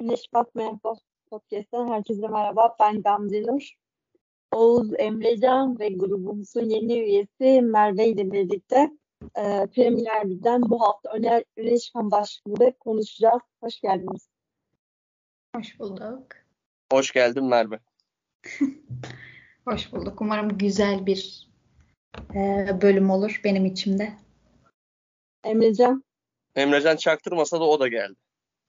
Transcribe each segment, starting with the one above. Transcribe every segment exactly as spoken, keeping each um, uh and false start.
Güneş Batmayan Podcast'ten herkese merhaba. Ben Gamze Nur. Oğuz Emrecan ve grubumuzun yeni üyesi Merve ile birlikte e, Premier Lig'den bu hafta öne, öne çıkan başlıkları konuşacağız. Hoş geldiniz. Hoş bulduk. Hoş geldin Merve. Hoş bulduk. Umarım güzel bir e, bölüm olur benim içimde. Emrecan. Emrecan çaktırmasa da o da geldi.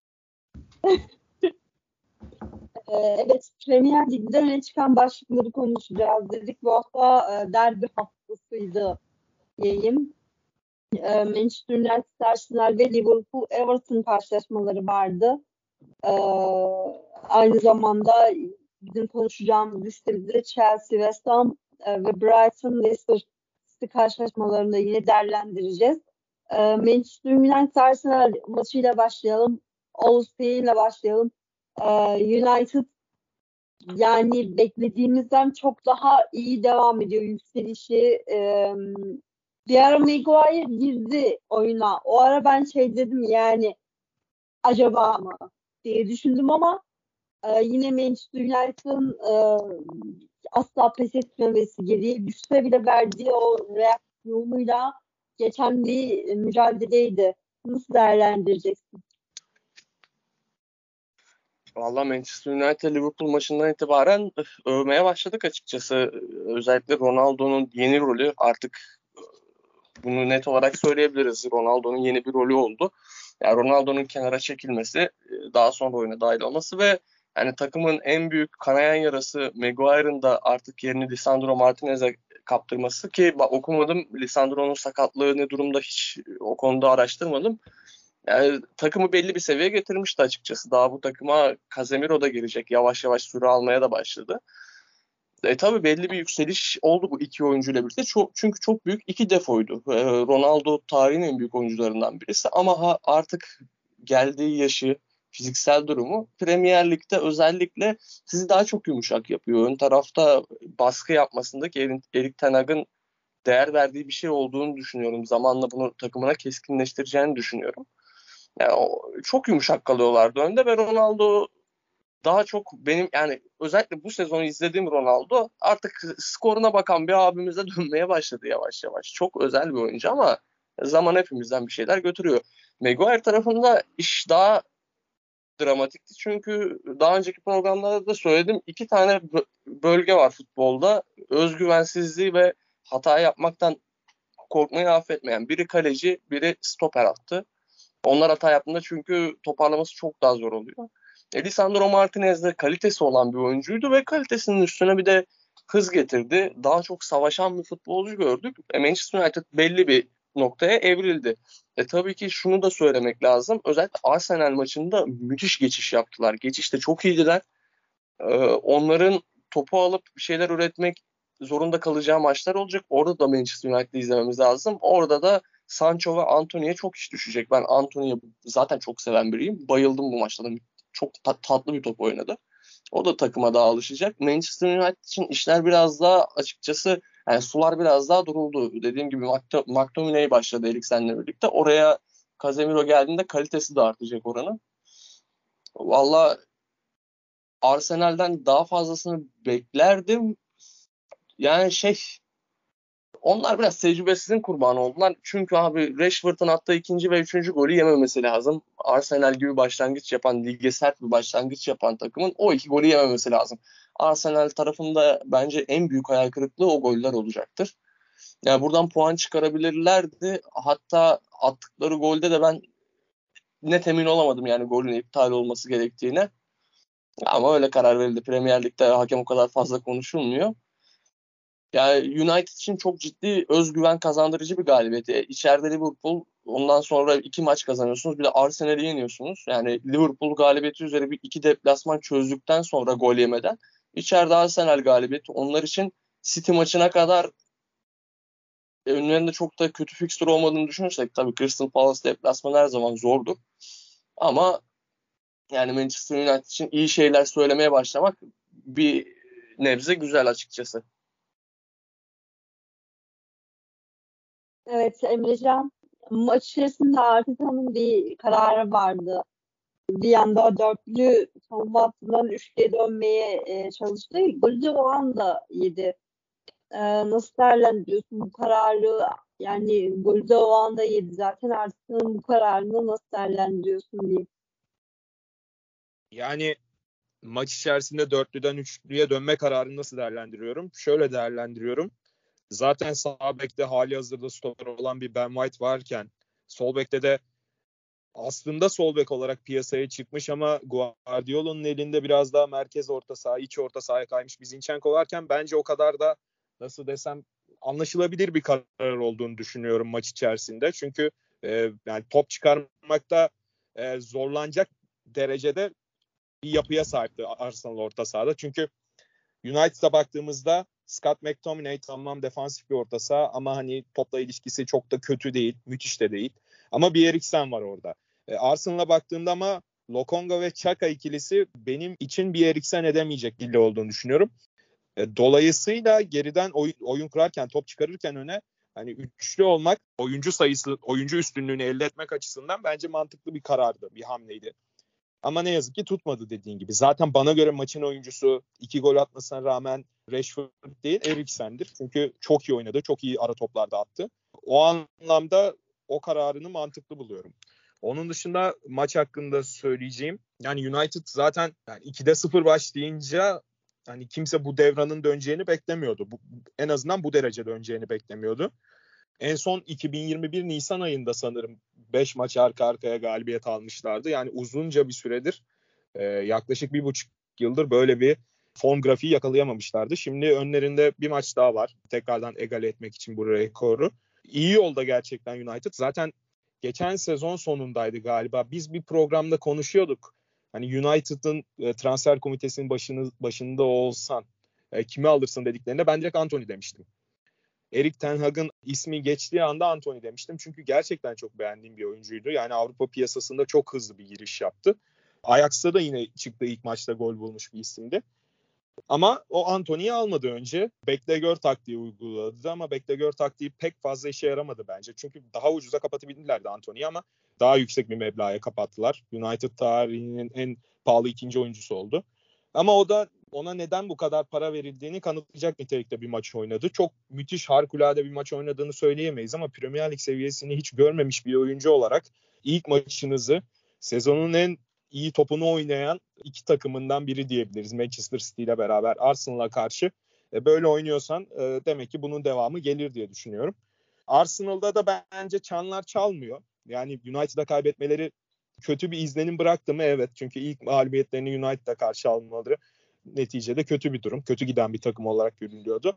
Ee, evet, Premier Lig'den öne çıkan başlıkları konuşacağız dedik. Bu hafta e, derbi haftasıydı diyeyim. E, Manchester United, Arsenal ve Liverpool Everton karşılaşmaları vardı. E, aynı zamanda bizim konuşacağımız listemizde Chelsea, West Ham e, ve Brighton Leicester City karşılaşmalarını da yine değerlendireceğiz. E, Manchester United Arsenal maçıyla başlayalım. Oğuz ile başlayalım. United yani beklediğimizden çok daha iyi devam ediyor yükselişi. Ee, bir ara Maguire girdi oyuna. O ara ben şey dedim yani acaba mı diye düşündüm ama e, yine Manchester United'ın e, asla pes etmemesi, geriye düşse bile verdiği o reaksiyonuyla geçen bir mücadeleydi. Nasıl değerlendireceksin? Valla Manchester United Liverpool maçından itibaren övmeye başladık açıkçası. Özellikle Ronaldo'nun yeni rolü, artık bunu net olarak söyleyebiliriz. Ronaldo'nun yeni bir rolü oldu. Yani Ronaldo'nun kenara çekilmesi, daha sonra oyuna dahil olması ve yani takımın en büyük kanayan yarası Maguire'ın da artık yerini Lisandro Martinez'e kaptırması, ki okumadım Lisandro'nun sakatlığı ne durumda, hiç o konuda araştırmadım. Yani takımı belli bir seviyeye getirmişti açıkçası. Daha bu takıma Casemiro da girecek. Yavaş yavaş süre almaya da başladı. E tabii belli bir yükseliş oldu bu iki oyuncuyla birlikte. Çok, çünkü çok büyük iki defoydu. E, Ronaldo tarihin en büyük oyuncularından birisi ama ha, artık geldiği yaşı, fiziksel durumu Premier Lig'de özellikle sizi daha çok yumuşak yapıyor. Ön tarafta baskı yapmasındaki Erik, Erik ten Hag'ın değer verdiği bir şey olduğunu düşünüyorum. Zamanla bunu takımına keskinleştireceğini düşünüyorum. Yani o, çok yumuşak kalıyorlardı önde ve Ronaldo daha çok benim, yani özellikle bu sezonu izlediğim Ronaldo artık skoruna bakan bir abimize dönmeye başladı yavaş yavaş. Çok özel bir oyuncu ama zaman hepimizden bir şeyler götürüyor. Maguire tarafında iş daha dramatikti çünkü daha önceki programlarda da söyledim, iki tane bölge var futbolda. Özgüvensizliği ve hata yapmaktan korkmayı affetmeyen. Biri kaleci, biri stoper attı. Onlar hata yaptığında çünkü toparlaması çok daha zor oluyor. E, Lisandro Martinez de kalitesi olan bir oyuncuydu ve kalitesinin üstüne bir de hız getirdi. Daha çok savaşan bir futbolcu gördük. E, Manchester United belli bir noktaya evrildi. E, tabii ki şunu da söylemek lazım. Özellikle Arsenal maçında müthiş geçiş yaptılar. Geçişte çok iyiydiler. E, onların topu alıp bir şeyler üretmek zorunda kalacağı maçlar olacak. Orada da Manchester United'ı izlememiz lazım. Orada da Sancho ve Antony'ye çok iş düşecek. Ben Antony'yi zaten çok seven biriyim. Bayıldım bu maçta. Çok ta- tatlı bir top oynadı. O da takıma daha alışacak. Manchester United için işler biraz daha açıkçası, yani sular biraz daha duruldu. Dediğim gibi McTominay başladı Eriksen'le birlikte. Oraya Casemiro geldiğinde kalitesi de artacak oranın. Valla Arsenal'den daha fazlasını beklerdim. Yani şey, onlar biraz tecrübesizin kurbanı oldular. Çünkü abi Rashford'un attığı ikinci ve üçüncü golü yememesi lazım. Arsenal gibi başlangıç yapan, lige sert bir başlangıç yapan takımın o iki golü yememesi lazım. Arsenal tarafında bence en büyük hayal kırıklığı o goller olacaktır. Yani buradan puan çıkarabilirlerdi. Hatta attıkları golde de ben net emin olamadım yani golün iptal olması gerektiğine. Ama öyle karar verildi. Premier Lig'de hakem o kadar fazla konuşulmuyor. Yani United için çok ciddi özgüven kazandırıcı bir galibiyet. E, İçeride Liverpool, ondan sonra iki maç kazanıyorsunuz. Bir de Arsenal'i yeniyorsunuz. Yani Liverpool galibiyeti üzere bir iki deplasman çözdükten sonra gol yemeden içeride Arsenal galibiyeti. Onlar için City maçına kadar e, önlerinde çok da kötü fikstür olmadığını düşünürsek, tabii Crystal Palace deplasmanı her zaman zordur. Ama yani Manchester United için iyi şeyler söylemeye başlamak bir nebze güzel açıkçası. Evet Emrecan, maç içerisinde Arteta'nın bir kararı vardı. bir anda dörtlü savunma hattından üçlüye dönmeye e, çalıştı. Golü o anda yedi. E, nasıl değerlendiriyorsun bu kararı? Yani golü o anda yedi. Zaten artık bu kararını nasıl değerlendiriyorsun diyeyim. Yani maç içerisinde dörtlüden üçlüye dönme kararını nasıl değerlendiriyorum? Şöyle değerlendiriyorum. Zaten sağ bekte hali hazırda stoper olan bir Ben White varken sol bekte de aslında sol bek olarak piyasaya çıkmış ama Guardiola'nın elinde biraz daha merkez orta saha, iç orta sahaya kaymış bir Zinchenko varken bence o kadar da nasıl desem anlaşılabilir bir karar olduğunu düşünüyorum maç içerisinde. Çünkü e, yani top çıkarmakta e, zorlanacak derecede bir yapıya sahipti Arsenal orta sahada. Çünkü United'a baktığımızda Scott McTominay tamam defansif bir orta saha ama hani topla ilişkisi çok da kötü değil, müthiş de değil. Ama bir Eriksen var orada. E, Arsenal'a baktığımda ama Lokonga ve Xhaka ikilisi benim için bir Eriksen edemeyecek dilli olduğunu düşünüyorum. E, dolayısıyla geriden oyun, oyun kurarken, top çıkarırken öne hani üçlü olmak, oyuncu sayısı, oyuncu üstünlüğünü elde etmek açısından bence mantıklı bir karardı, bir hamleydi. Ama ne yazık ki tutmadı dediğin gibi. Zaten bana göre maçın oyuncusu iki gol atmasına rağmen Rashford değil Eriksen'dir. Çünkü çok iyi oynadı. Çok iyi ara toplarda attı. O anlamda o kararını mantıklı buluyorum. Onun dışında maç hakkında söyleyeceğim. Yani United zaten yani ikide sıfır başlayınca hani kimse bu devranın döneceğini beklemiyordu. Bu, en azından bu derece döneceğini beklemiyordu. En son iki bin yirmi bir Nisan ayında sanırım beş maç arka arkaya galibiyet almışlardı. Yani uzunca bir süredir e, yaklaşık bir buçuk yıldır böyle bir form grafiği yakalayamamışlardı. Şimdi önlerinde bir maç daha var. Tekrardan egale etmek için bu rekoru. İyi yolda gerçekten United. Zaten geçen sezon sonundaydı galiba. Biz bir programda konuşuyorduk. Hani United'ın e, transfer komitesinin başını, başında olsan e, kimi alırsın dediklerinde ben direkt Antony demiştim. Erik Ten Hag'ın ismi geçtiği anda Antony demiştim. Çünkü gerçekten çok beğendiğim bir oyuncuydu. Yani Avrupa piyasasında çok hızlı bir giriş yaptı. Ajax'ta da yine çıktı ilk maçta gol bulmuş bir isimdi. Ama o Antony'yi almadı önce. Bekle gör taktiği uyguladı ama bekle gör taktiği pek fazla işe yaramadı bence. Çünkü daha ucuza kapatabildilerdi Antony'yi ama daha yüksek bir meblağa kapattılar. United tarihinin en pahalı ikinci oyuncusu oldu. Ama o da ona neden bu kadar para verildiğini kanıtlayacak nitelikte bir maç oynadı. Çok müthiş, harikulade bir maç oynadığını söyleyemeyiz ama Premier Lig seviyesini hiç görmemiş bir oyuncu olarak ilk maçınızı sezonun en iyi topunu oynayan iki takımından biri diyebiliriz. Manchester City ile beraber Arsenal'a karşı e, böyle oynuyorsan e, demek ki bunun devamı gelir diye düşünüyorum. Arsenal'da da bence çanlar çalmıyor. Yani United'a kaybetmeleri kötü bir izlenim bıraktı mı? Evet. Çünkü ilk mağlubiyetlerini United'a karşı almaları neticede kötü bir durum. Kötü giden bir takım olarak görülüyordu.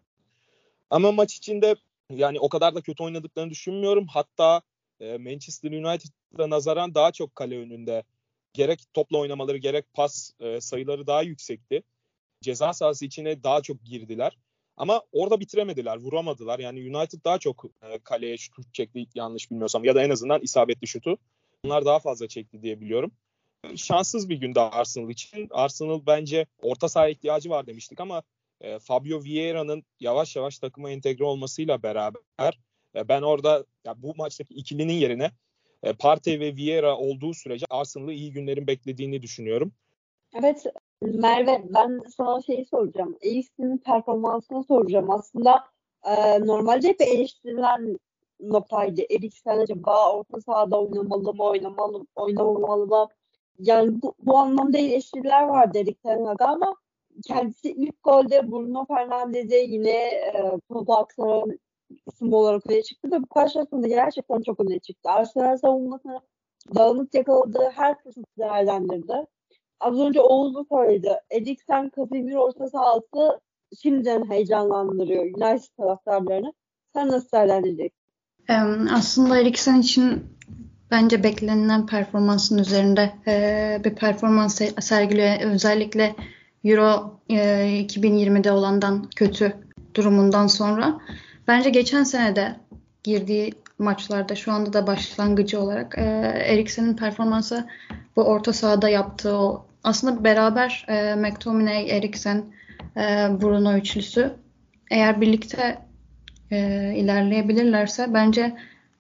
Ama maç içinde yani o kadar da kötü oynadıklarını düşünmüyorum. Hatta e, Manchester United'a nazaran daha çok kale önünde gerek topla oynamaları gerek pas e, sayıları daha yüksekti. Ceza sahası içine daha çok girdiler. Ama orada bitiremediler, vuramadılar. Yani United daha çok e, kaleye şut çekti yanlış bilmiyorsam ya da en azından isabetli şutu. Onlar daha fazla çekti diye biliyorum. Şanssız bir gündü Arsenal için. Arsenal bence orta saha ihtiyacı var demiştik ama e, Fabio Vieira'nın yavaş yavaş takıma entegre olmasıyla beraber e, ben orada ya bu maçtaki ikilinin yerine e, Partey ve Vieira olduğu sürece Arsenal'ı iyi günlerin beklediğini düşünüyorum. Evet Merve, ben sana şeyi soracağım. Eriksen'in performansını soracağım. Aslında e, normalde hep eleştirilen noktaydı. Eriksen acaba orta sahada oynamalı mı, oynamalı, oynamamalı mı? Yani bu, bu anlamda eleştiriler vardı Erik Ten Hag'a ama kendisi ilk golde Bruno Fernandes'e yine e, topu aktaran isim olarak öne çıktı ve bu karşılaşmada gerçekten çok öne çıktı. Arsenal savunmasını dağınık yakaladığı her fırsatı değerlendirdi. Az önce Oğuz'u söyledi. Eriksen kafi bir orta sahası şimdiden heyecanlandırıyor United taraftarlarını. Sen nasıl değerlendireceksin? Ee, aslında Eriksen için bence beklenilen performansın üzerinde e, bir performans sergiliyor. Özellikle Euro e, iki bin yirmide olandan kötü durumundan sonra. Bence geçen sene de girdiği maçlarda şu anda da başlangıcı olarak e, Eriksen'in performansı bu orta sahada yaptığı o aslında beraber e, McTominay, Eriksen, e, Bruno üçlüsü eğer birlikte e, ilerleyebilirlerse bence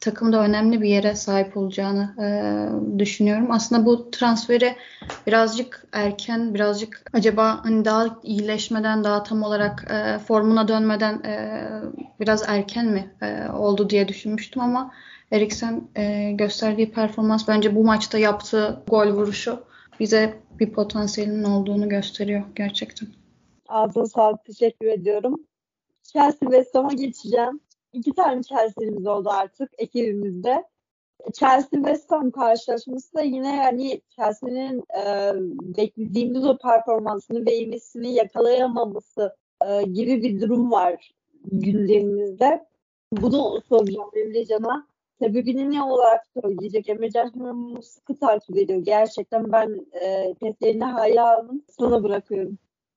takımda önemli bir yere sahip olacağını e, düşünüyorum. Aslında bu transferi birazcık erken, birazcık acaba hani daha iyileşmeden, daha tam olarak e, formuna dönmeden e, biraz erken mi e, oldu diye düşünmüştüm ama Eriksen e, gösterdiği performans, bence bu maçta yaptığı gol vuruşu bize bir potansiyelinin olduğunu gösteriyor gerçekten. Ağzına sağlık, teşekkür ediyorum. Chelsea West Ham'a geçeceğim. İki tane Chelsea'miz oldu artık ekibimizde. Chelsea West Ham karşılaşması da yine yani Chelsea'nin e, beklediğimiz o performansını ve ivmesini yakalayamaması e, gibi bir durum var gündemimizde. Bunu soracağım Emrecan'a. Sebebini ne olarak söyleyecek? Emrecan bunu sıkı takip ediyor. Gerçekten ben e, testlerine hayranım. Sana bırakıyorum.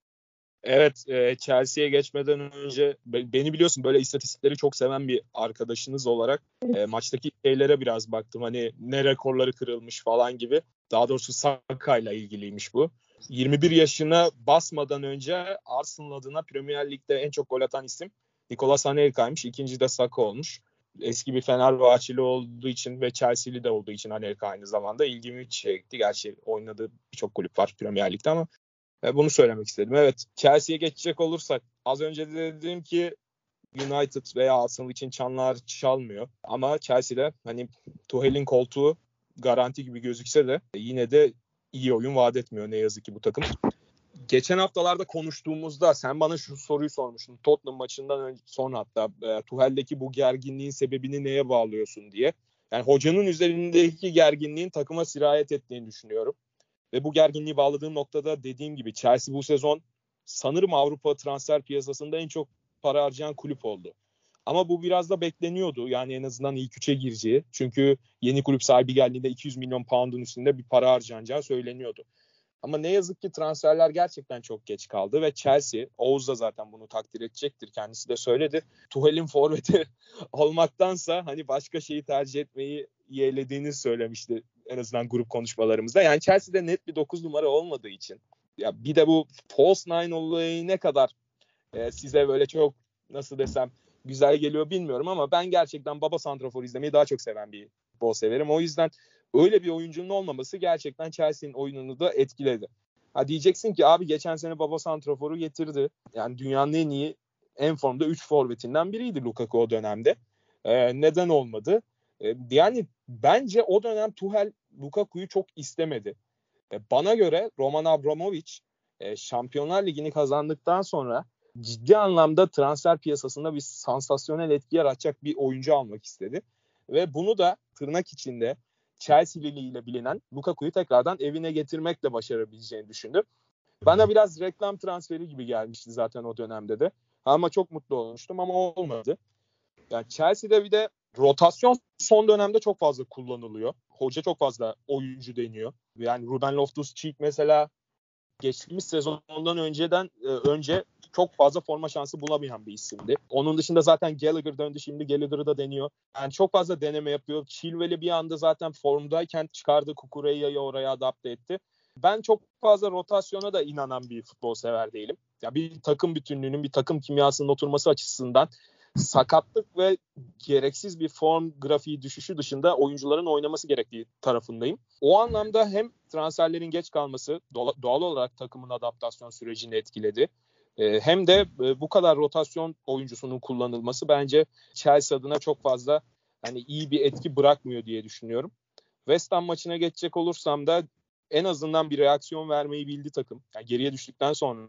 Evet, e, Chelsea'ye geçmeden önce beni biliyorsun, böyle istatistikleri çok seven bir arkadaşınız olarak e, maçtaki şeylere biraz baktım. Hani ne rekorları kırılmış falan gibi. Daha doğrusu Saka'yla ilgiliymiş bu. yirmi bir yaşına basmadan önce Arsenal adına Premier Lig'de en çok gol atan isim Nicolas Anelka'ymış. İkinci de Saka olmuş. Eski bir Fenerbahçeli olduğu için ve Chelsea'li de olduğu için Anelka aynı zamanda ilgimi çekti. Gerçi oynadığı birçok kulüp var Premier Lig'de ama bunu söylemek istedim. Evet, Chelsea'ye geçecek olursak az önce de dedim ki United veya Arsenal için çanlar çalmıyor. Ama Chelsea'de hani Tuchel'in koltuğu garanti gibi gözükse de yine de iyi oyun vaat etmiyor ne yazık ki bu takım. Geçen haftalarda konuştuğumuzda sen bana şu soruyu sormuştun. Tottenham maçından önce, sonra hatta e, Tuchel'deki bu gerginliğin sebebini neye bağlıyorsun diye. Yani hocanın üzerindeki gerginliğin takıma sirayet ettiğini düşünüyorum. Ve bu gerginliği bağladığım noktada dediğim gibi Chelsea bu sezon sanırım Avrupa transfer piyasasında en çok para harcayan kulüp oldu. Ama bu biraz da bekleniyordu. Yani en azından ilk üçe gireceği. Çünkü yeni kulüp sahibi geldiğinde iki yüz milyon pound'un üstünde bir para harcanacağı söyleniyordu. Ama ne yazık ki transferler gerçekten çok geç kaldı ve Chelsea, Oğuz da zaten bunu takdir edecektir. Kendisi de söyledi. Tuchel'in forveti olmaktansa hani başka şeyi tercih etmeyi yeğlediğini söylemişti en azından grup konuşmalarımızda. Yani Chelsea'de net bir dokuz numara olmadığı için. Ya bir de bu false nine olayı ne kadar e, size böyle çok nasıl desem güzel geliyor bilmiyorum ama ben gerçekten baba santrafor izlemeyi daha çok seven bir futbol severim. O yüzden öyle bir oyuncunun olmaması gerçekten Chelsea'nin oyununu da etkiledi. Ha diyeceksin ki abi geçen sene baba santraforu getirdi. Yani dünyanın en iyi, en formda üç forvetinden biriydi Lukaku o dönemde. Ee, neden olmadı? Ee, yani bence o dönem Tuchel Lukaku'yu çok istemedi. Ee, bana göre Roman Abramovich e, Şampiyonlar Ligi'ni kazandıktan sonra ciddi anlamda transfer piyasasında bir sansasyonel etki yaratacak bir oyuncu almak istedi. Ve bunu da tırnak içinde Chelsea'liliğiyle bilinen Lukaku'yu tekrardan evine getirmekle başarabileceğini düşündü. Bana biraz reklam transferi gibi gelmişti zaten o dönemde de. Ama çok mutlu olmuştum ama olmadı. Yani Chelsea'de bir de rotasyon son dönemde çok fazla kullanılıyor. Hoca çok fazla oyuncu deniyor. Yani Ruben Loftus-Cheek mesela geçtiğimiz sezondan önceden önce çok fazla forma şansı bulamayan bir isimdi. Onun dışında zaten Gallagher döndü, şimdi Gallagher'ı da deniyor. Yani çok fazla deneme yapıyor. Chilwell'i bir anda zaten formdayken çıkardı, Kukureya'yı oraya adapte etti. Ben çok fazla rotasyona da inanan bir futbol sever değilim. Ya bir takım bütünlüğünün, bir takım kimyasının oturması açısından sakatlık ve gereksiz bir form grafiği düşüşü dışında oyuncuların oynaması gerektiği tarafındayım. O anlamda hem transferlerin geç kalması doğal olarak takımın adaptasyon sürecini etkiledi. Hem de bu kadar rotasyon oyuncusunun kullanılması bence Chelsea adına çok fazla hani iyi bir etki bırakmıyor diye düşünüyorum. West Ham maçına geçecek olursam da en azından bir reaksiyon vermeyi bildi takım. Yani geriye düştükten sonra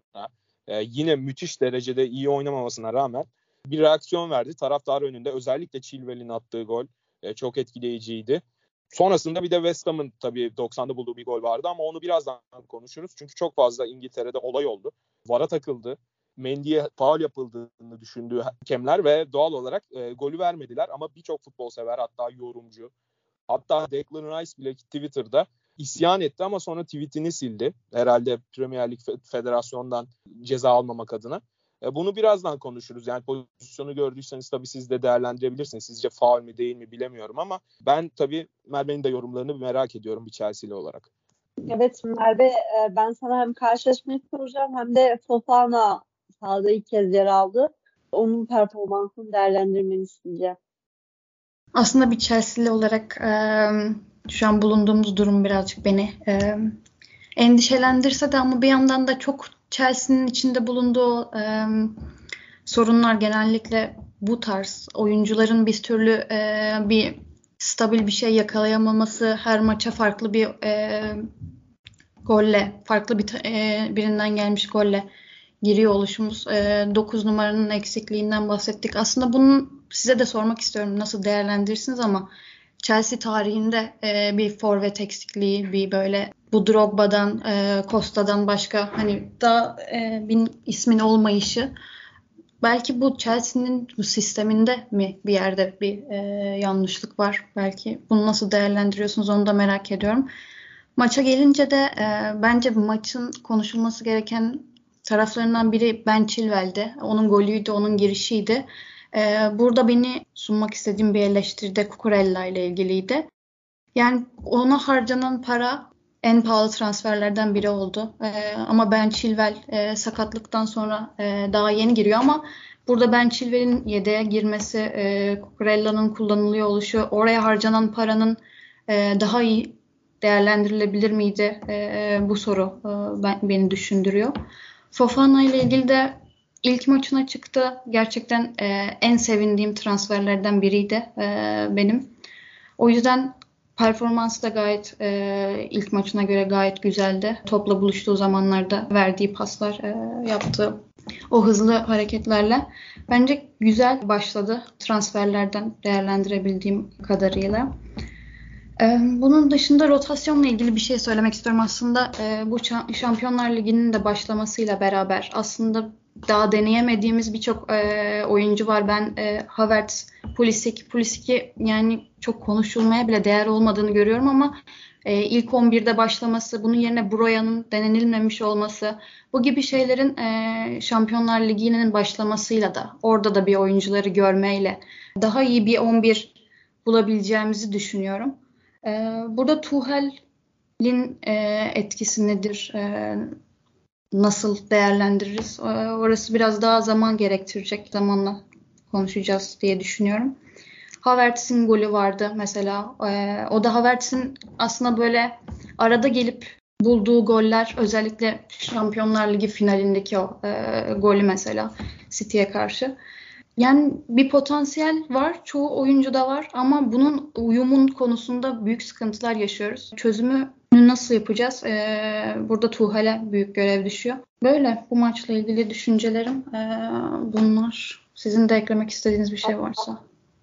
yine müthiş derecede iyi oynamamasına rağmen bir reaksiyon verdi. Taraftar önünde özellikle Chilwell'in attığı gol e, çok etkileyiciydi. Sonrasında bir de West Ham'ın tabii doksan'da bulduğu bir gol vardı ama onu birazdan konuşuruz. Çünkü çok fazla İngiltere'de olay oldu. V A R'a takıldı. Mendy'ye faul yapıldığını düşündüğü hakemler ve doğal olarak e, golü vermediler. Ama birçok futbol sever, hatta yorumcu, hatta Declan Rice bile Twitter'da isyan etti ama sonra tweetini sildi. Herhalde Premier Lig Federasyon'dan ceza almamak adına. Bunu birazdan konuşuruz. Yani pozisyonu gördüyseniz tabii siz de değerlendirebilirsiniz. Sizce faul mü değil mi bilemiyorum ama ben tabii Merve'nin de yorumlarını merak ediyorum bir Chelsea'li olarak. Evet Merve, ben sana hem karşılaşmayı soracağım hem de Fofana sahada ilk kez yer aldı. Onun performansını değerlendirmeni isteyeceğim. Aslında bir Chelsea'li olarak e, şu an bulunduğumuz durum birazcık beni e, endişelendirse de ama bir yandan da çok Chelsea'nin içinde bulunduğu e, sorunlar genellikle bu tarz oyuncuların bir türlü e, bir stabil bir şey yakalayamaması, her maça farklı bir e, golle, farklı bir e, birinden gelmiş golle giriyor oluşumuz. E, dokuz numaranın eksikliğinden bahsettik. Aslında bunu size de sormak istiyorum. Nasıl değerlendirirsiniz ama Chelsea tarihinde e, bir forvet eksikliği, bir böyle bu Drogba'dan, e, Costa'dan başka hani daha e, bir ismin olmayışı. Belki bu Chelsea'nin bu sisteminde mi bir yerde bir e, yanlışlık var? Belki bunu nasıl değerlendiriyorsunuz onu da merak ediyorum. Maça gelince de e, bence maçın konuşulması gereken taraflarından biri Ben Chilwell'di. Onun golüydü, onun girişiydi. E, burada beni sunmak istediğim bir eleştiri de Cucurella ile ilgiliydi. Yani ona harcanan para en pahalı transferlerden biri oldu. E, ama Ben Chilwell e, sakatlıktan sonra e, daha yeni giriyor ama burada Ben Chilwell'in yedeğe girmesi, e, Cucurella'nın kullanılıyor oluşu, oraya harcanan paranın e, daha iyi değerlendirilebilir miydi? E, bu soru e, ben, beni düşündürüyor. Fofana ile ilgili de ilk maçına çıktı. Gerçekten e, en sevindiğim transferlerden biriydi e, benim. O yüzden performansı da gayet e, ilk maçına göre gayet güzeldi. Topla buluştuğu zamanlarda verdiği paslar, e, yaptığı o hızlı hareketlerle bence güzel başladı transferlerden değerlendirebildiğim kadarıyla. Bunun dışında rotasyonla ilgili bir şey söylemek istiyorum. Aslında bu Şampiyonlar Ligi'nin de başlamasıyla beraber aslında daha deneyemediğimiz birçok oyuncu var. Ben Havertz, Pulisic, Pulisic'i yani çok konuşulmaya bile değer olmadığını görüyorum ama ilk on birde başlaması, bunun yerine Broya'nın denenilmemiş olması, bu gibi şeylerin Şampiyonlar Ligi'nin başlamasıyla da orada da bir oyuncuları görmeyle daha iyi bir on bir bulabileceğimizi düşünüyorum. Burada Tuchel'in etkisi nedir? Nasıl değerlendiririz? Orası biraz daha zaman gerektirecek. Zamanla konuşacağız diye düşünüyorum. Havertz'in golü vardı mesela. O da Havertz'in aslında böyle arada gelip bulduğu goller, özellikle Şampiyonlar Ligi finalindeki o golü mesela City'ye karşı. Yani bir potansiyel var, çoğu oyuncuda var ama bunun uyumun konusunda büyük sıkıntılar yaşıyoruz. Çözümü nasıl yapacağız? Ee, burada Tuchel'e büyük görev düşüyor. Böyle bu maçla ilgili düşüncelerim ee, bunlar. Sizin de eklemek istediğiniz bir şey varsa.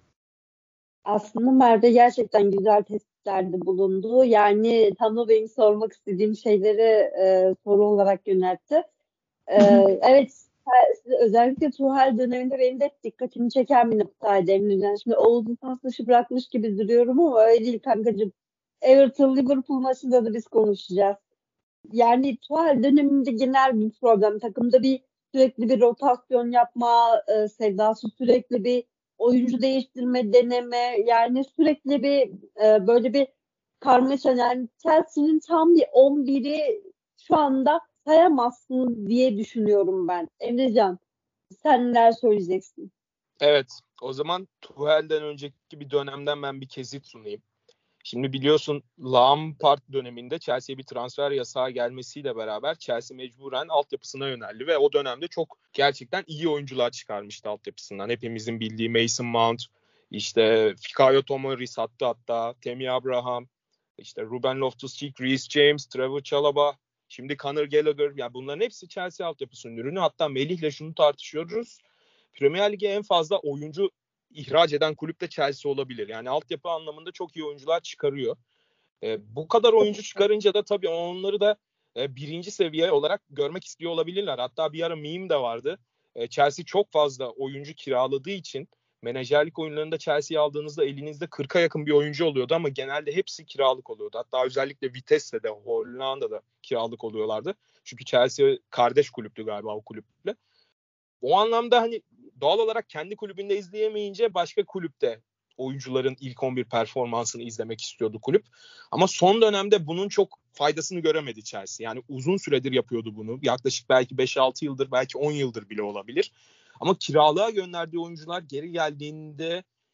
Aslında Merve gerçekten güzel tespitlerde bulundu. Yani tam da benim sormak istediğim şeyleri e, soru olarak yöneltti. E, evet. Özellikle Tuchel döneminde benim de dikkatimi çeken bir noktaydı. Yani şimdi Oğuz'un paslışı bırakmış gibi duruyorum ama öyle değil kankacığım. Everton Liverpool maçında da biz konuşacağız. Yani Tuchel döneminde genel bir problem. Takımda bir sürekli bir rotasyon yapma e, sevdası, sürekli bir oyuncu değiştirme, deneme. Yani sürekli bir e, böyle bir karmaşa. Yani Chelsea'nin tam bir on biri şu anda sayamazsın diye düşünüyorum ben. Emrecan, sen neler söyleyeceksin? Evet, o zaman Tuchel'den önceki bir dönemden ben bir kesit sunayım. Şimdi biliyorsun Lampard döneminde Chelsea'ye bir transfer yasağı gelmesiyle beraber Chelsea mecburen altyapısına yöneldi ve o dönemde çok gerçekten iyi oyuncular çıkarmıştı altyapısından. Hepimizin bildiği Mason Mount, işte Fikayo Tomori sattı hatta, Tammy Abraham, işte Ruben Loftus-Cheek, Reece James, Trevor Chalobah, şimdi Conor Gallagher. Yani bunların hepsi Chelsea altyapısının ürünü. Hatta Melih'le şunu tartışıyoruz. Premier Lig'e en fazla oyuncu ihraç eden kulüp de Chelsea olabilir. Yani altyapı anlamında çok iyi oyuncular çıkarıyor. E, bu kadar oyuncu çıkarınca da tabii onları da e, birinci seviye olarak görmek istiyor olabilirler. Hatta bir ara meme de vardı. E, Chelsea çok fazla oyuncu kiraladığı için menajerlik oyunlarında Chelsea'yi aldığınızda elinizde kırka yakın bir oyuncu oluyordu ama genelde hepsi kiralık oluyordu. Hatta özellikle Vitesse'de de Hollanda'da kiralık oluyorlardı. Çünkü Chelsea kardeş kulüptü galiba o kulüple. O anlamda hani doğal olarak kendi kulübünde izleyemeyince başka kulüpte oyuncuların ilk on bir performansını izlemek istiyordu kulüp. Ama son dönemde bunun çok faydasını göremedi Chelsea. Yani uzun süredir yapıyordu bunu. Yaklaşık belki beş altı yıldır, belki on yıldır bile olabilir. Ama kiralığa gönderdiği oyuncular geri geldiğinde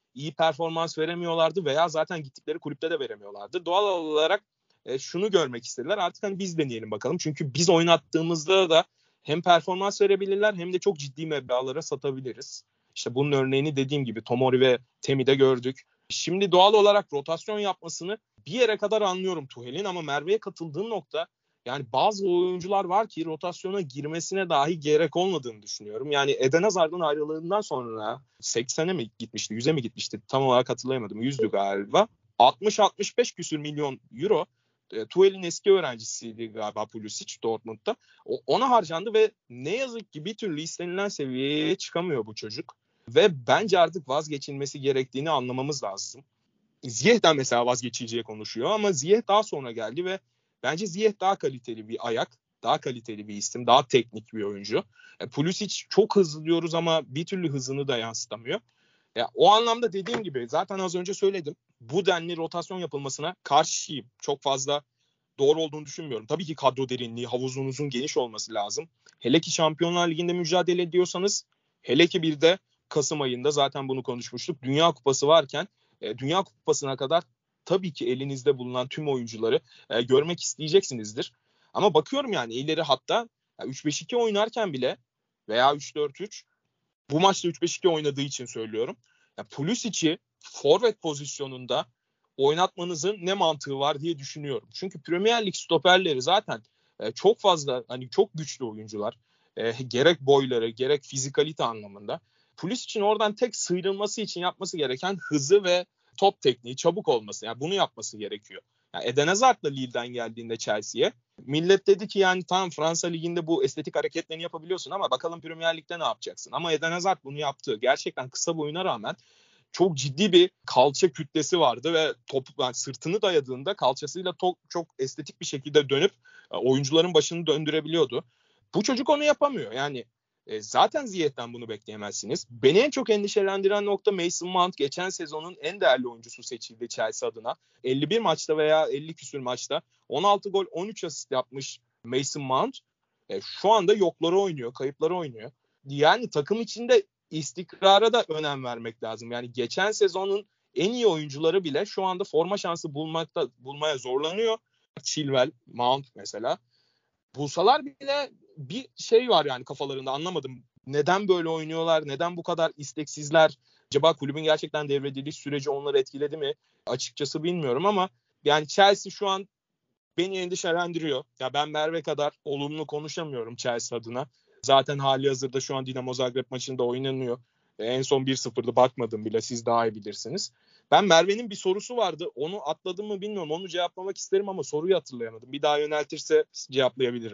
iyi performans veremiyorlardı veya zaten gittikleri kulüpte de veremiyorlardı. Doğal olarak e, şunu görmek istediler. Artık hani biz deneyelim bakalım. Çünkü biz oynattığımızda da hem performans verebilirler hem de çok ciddi meblağlara satabiliriz. İşte bunun örneğini dediğim gibi Tomori ve Temi'de gördük. Şimdi doğal olarak rotasyon yapmasını bir yere kadar anlıyorum Tuchel'in ama Merve'ye katıldığı nokta, yani bazı oyuncular var ki rotasyona girmesine dahi gerek olmadığını düşünüyorum. Yani Eden Hazard'ın ayrılığından sonra seksene mi gitmişti, yüze mi gitmişti? Tam olarak hatırlayamadım. yüzdü galiba. altmış altmış beş küsür milyon euro. E, Tuchel'in eski öğrencisiydi galiba Pulisic Dortmund'da. O, ona harcandı ve ne yazık ki bir türlü istenilen seviyeye çıkamıyor bu çocuk. Ve bence artık vazgeçilmesi gerektiğini anlamamız lazım. Ziyech'ten mesela vazgeçileceği konuşuyor ama Ziyech daha sonra geldi ve bence Ziyech daha kaliteli bir ayak, daha kaliteli bir isim, daha teknik bir oyuncu. E, Pulisic çok hızlı diyoruz ama bir türlü hızını da yansıtamıyor. Ya, o anlamda dediğim gibi zaten az önce söyledim. Bu denli rotasyon yapılmasına karşıyım. Çok fazla doğru olduğunu düşünmüyorum. Tabii ki kadro derinliği, havuzunuzun geniş olması lazım. Hele ki Şampiyonlar Ligi'nde mücadele ediyorsanız, hele ki bir de Kasım ayında zaten bunu konuşmuştuk. Dünya Kupası varken e, Dünya Kupası'na kadar tabii ki elinizde bulunan tüm oyuncuları e, görmek isteyeceksinizdir. Ama bakıyorum yani ileri hatta üç beş iki oynarken bile veya üç dört üç, bu maçta üç beş iki oynadığı için söylüyorum. Ya Pulisic'i forvet pozisyonunda oynatmanızın ne mantığı var diye düşünüyorum. Çünkü Premier Lig stoperleri zaten e, çok fazla, hani çok güçlü oyuncular. E, gerek boyları, gerek fizikalite anlamında. Pulisic'in oradan tek sıyrılması için yapması gereken hızı ve top tekniği, çabuk olması. Yani bunu yapması gerekiyor. Yani Eden Hazard da Lille'den geldiğinde Chelsea'ye millet dedi ki yani tamam Fransa Ligi'nde bu estetik hareketlerini yapabiliyorsun ama bakalım Premier Lig'de ne yapacaksın? Ama Eden Hazard bunu yaptı. Gerçekten kısa boyuna rağmen çok ciddi bir kalça kütlesi vardı ve top, yani sırtını dayadığında kalçasıyla to- çok estetik bir şekilde dönüp e, oyuncuların başını döndürebiliyordu. Bu çocuk onu yapamıyor. Yani e, zaten Ziyech'ten bunu bekleyemezsiniz. Beni en çok endişelendiren nokta Mason Mount geçen sezonun en değerli oyuncusu seçildi Chelsea adına. elli bir maçta veya elli küsür maçta on altı gol on üç asist yapmış Mason Mount. E, şu anda yokları oynuyor, kayıpları oynuyor. Yani takım içinde istikrara da önem vermek lazım. Yani geçen sezonun en iyi oyuncuları bile şu anda forma şansı bulmakta bulmaya zorlanıyor. Chilwell, Mount mesela. Bulsalar bile bir şey var yani kafalarında, anlamadım. Neden böyle oynuyorlar? Neden bu kadar isteksizler? Acaba kulübün gerçekten devrediliş süreci onları etkiledi mi? Açıkçası bilmiyorum ama yani Chelsea şu an beni endişelendiriyor. Ya ben Merve kadar olumlu konuşamıyorum Chelsea adına. Zaten hali hazırda şu an Dinamo Zagreb maçında oynanıyor. En son bir sıfırdı, bakmadım bile, siz daha iyi bilirsiniz. Ben Merve'nin bir sorusu vardı. Onu atladım mı bilmiyorum. Onu cevaplamak isterim ama soruyu hatırlayamadım. Bir daha yöneltirse cevaplayabilirim.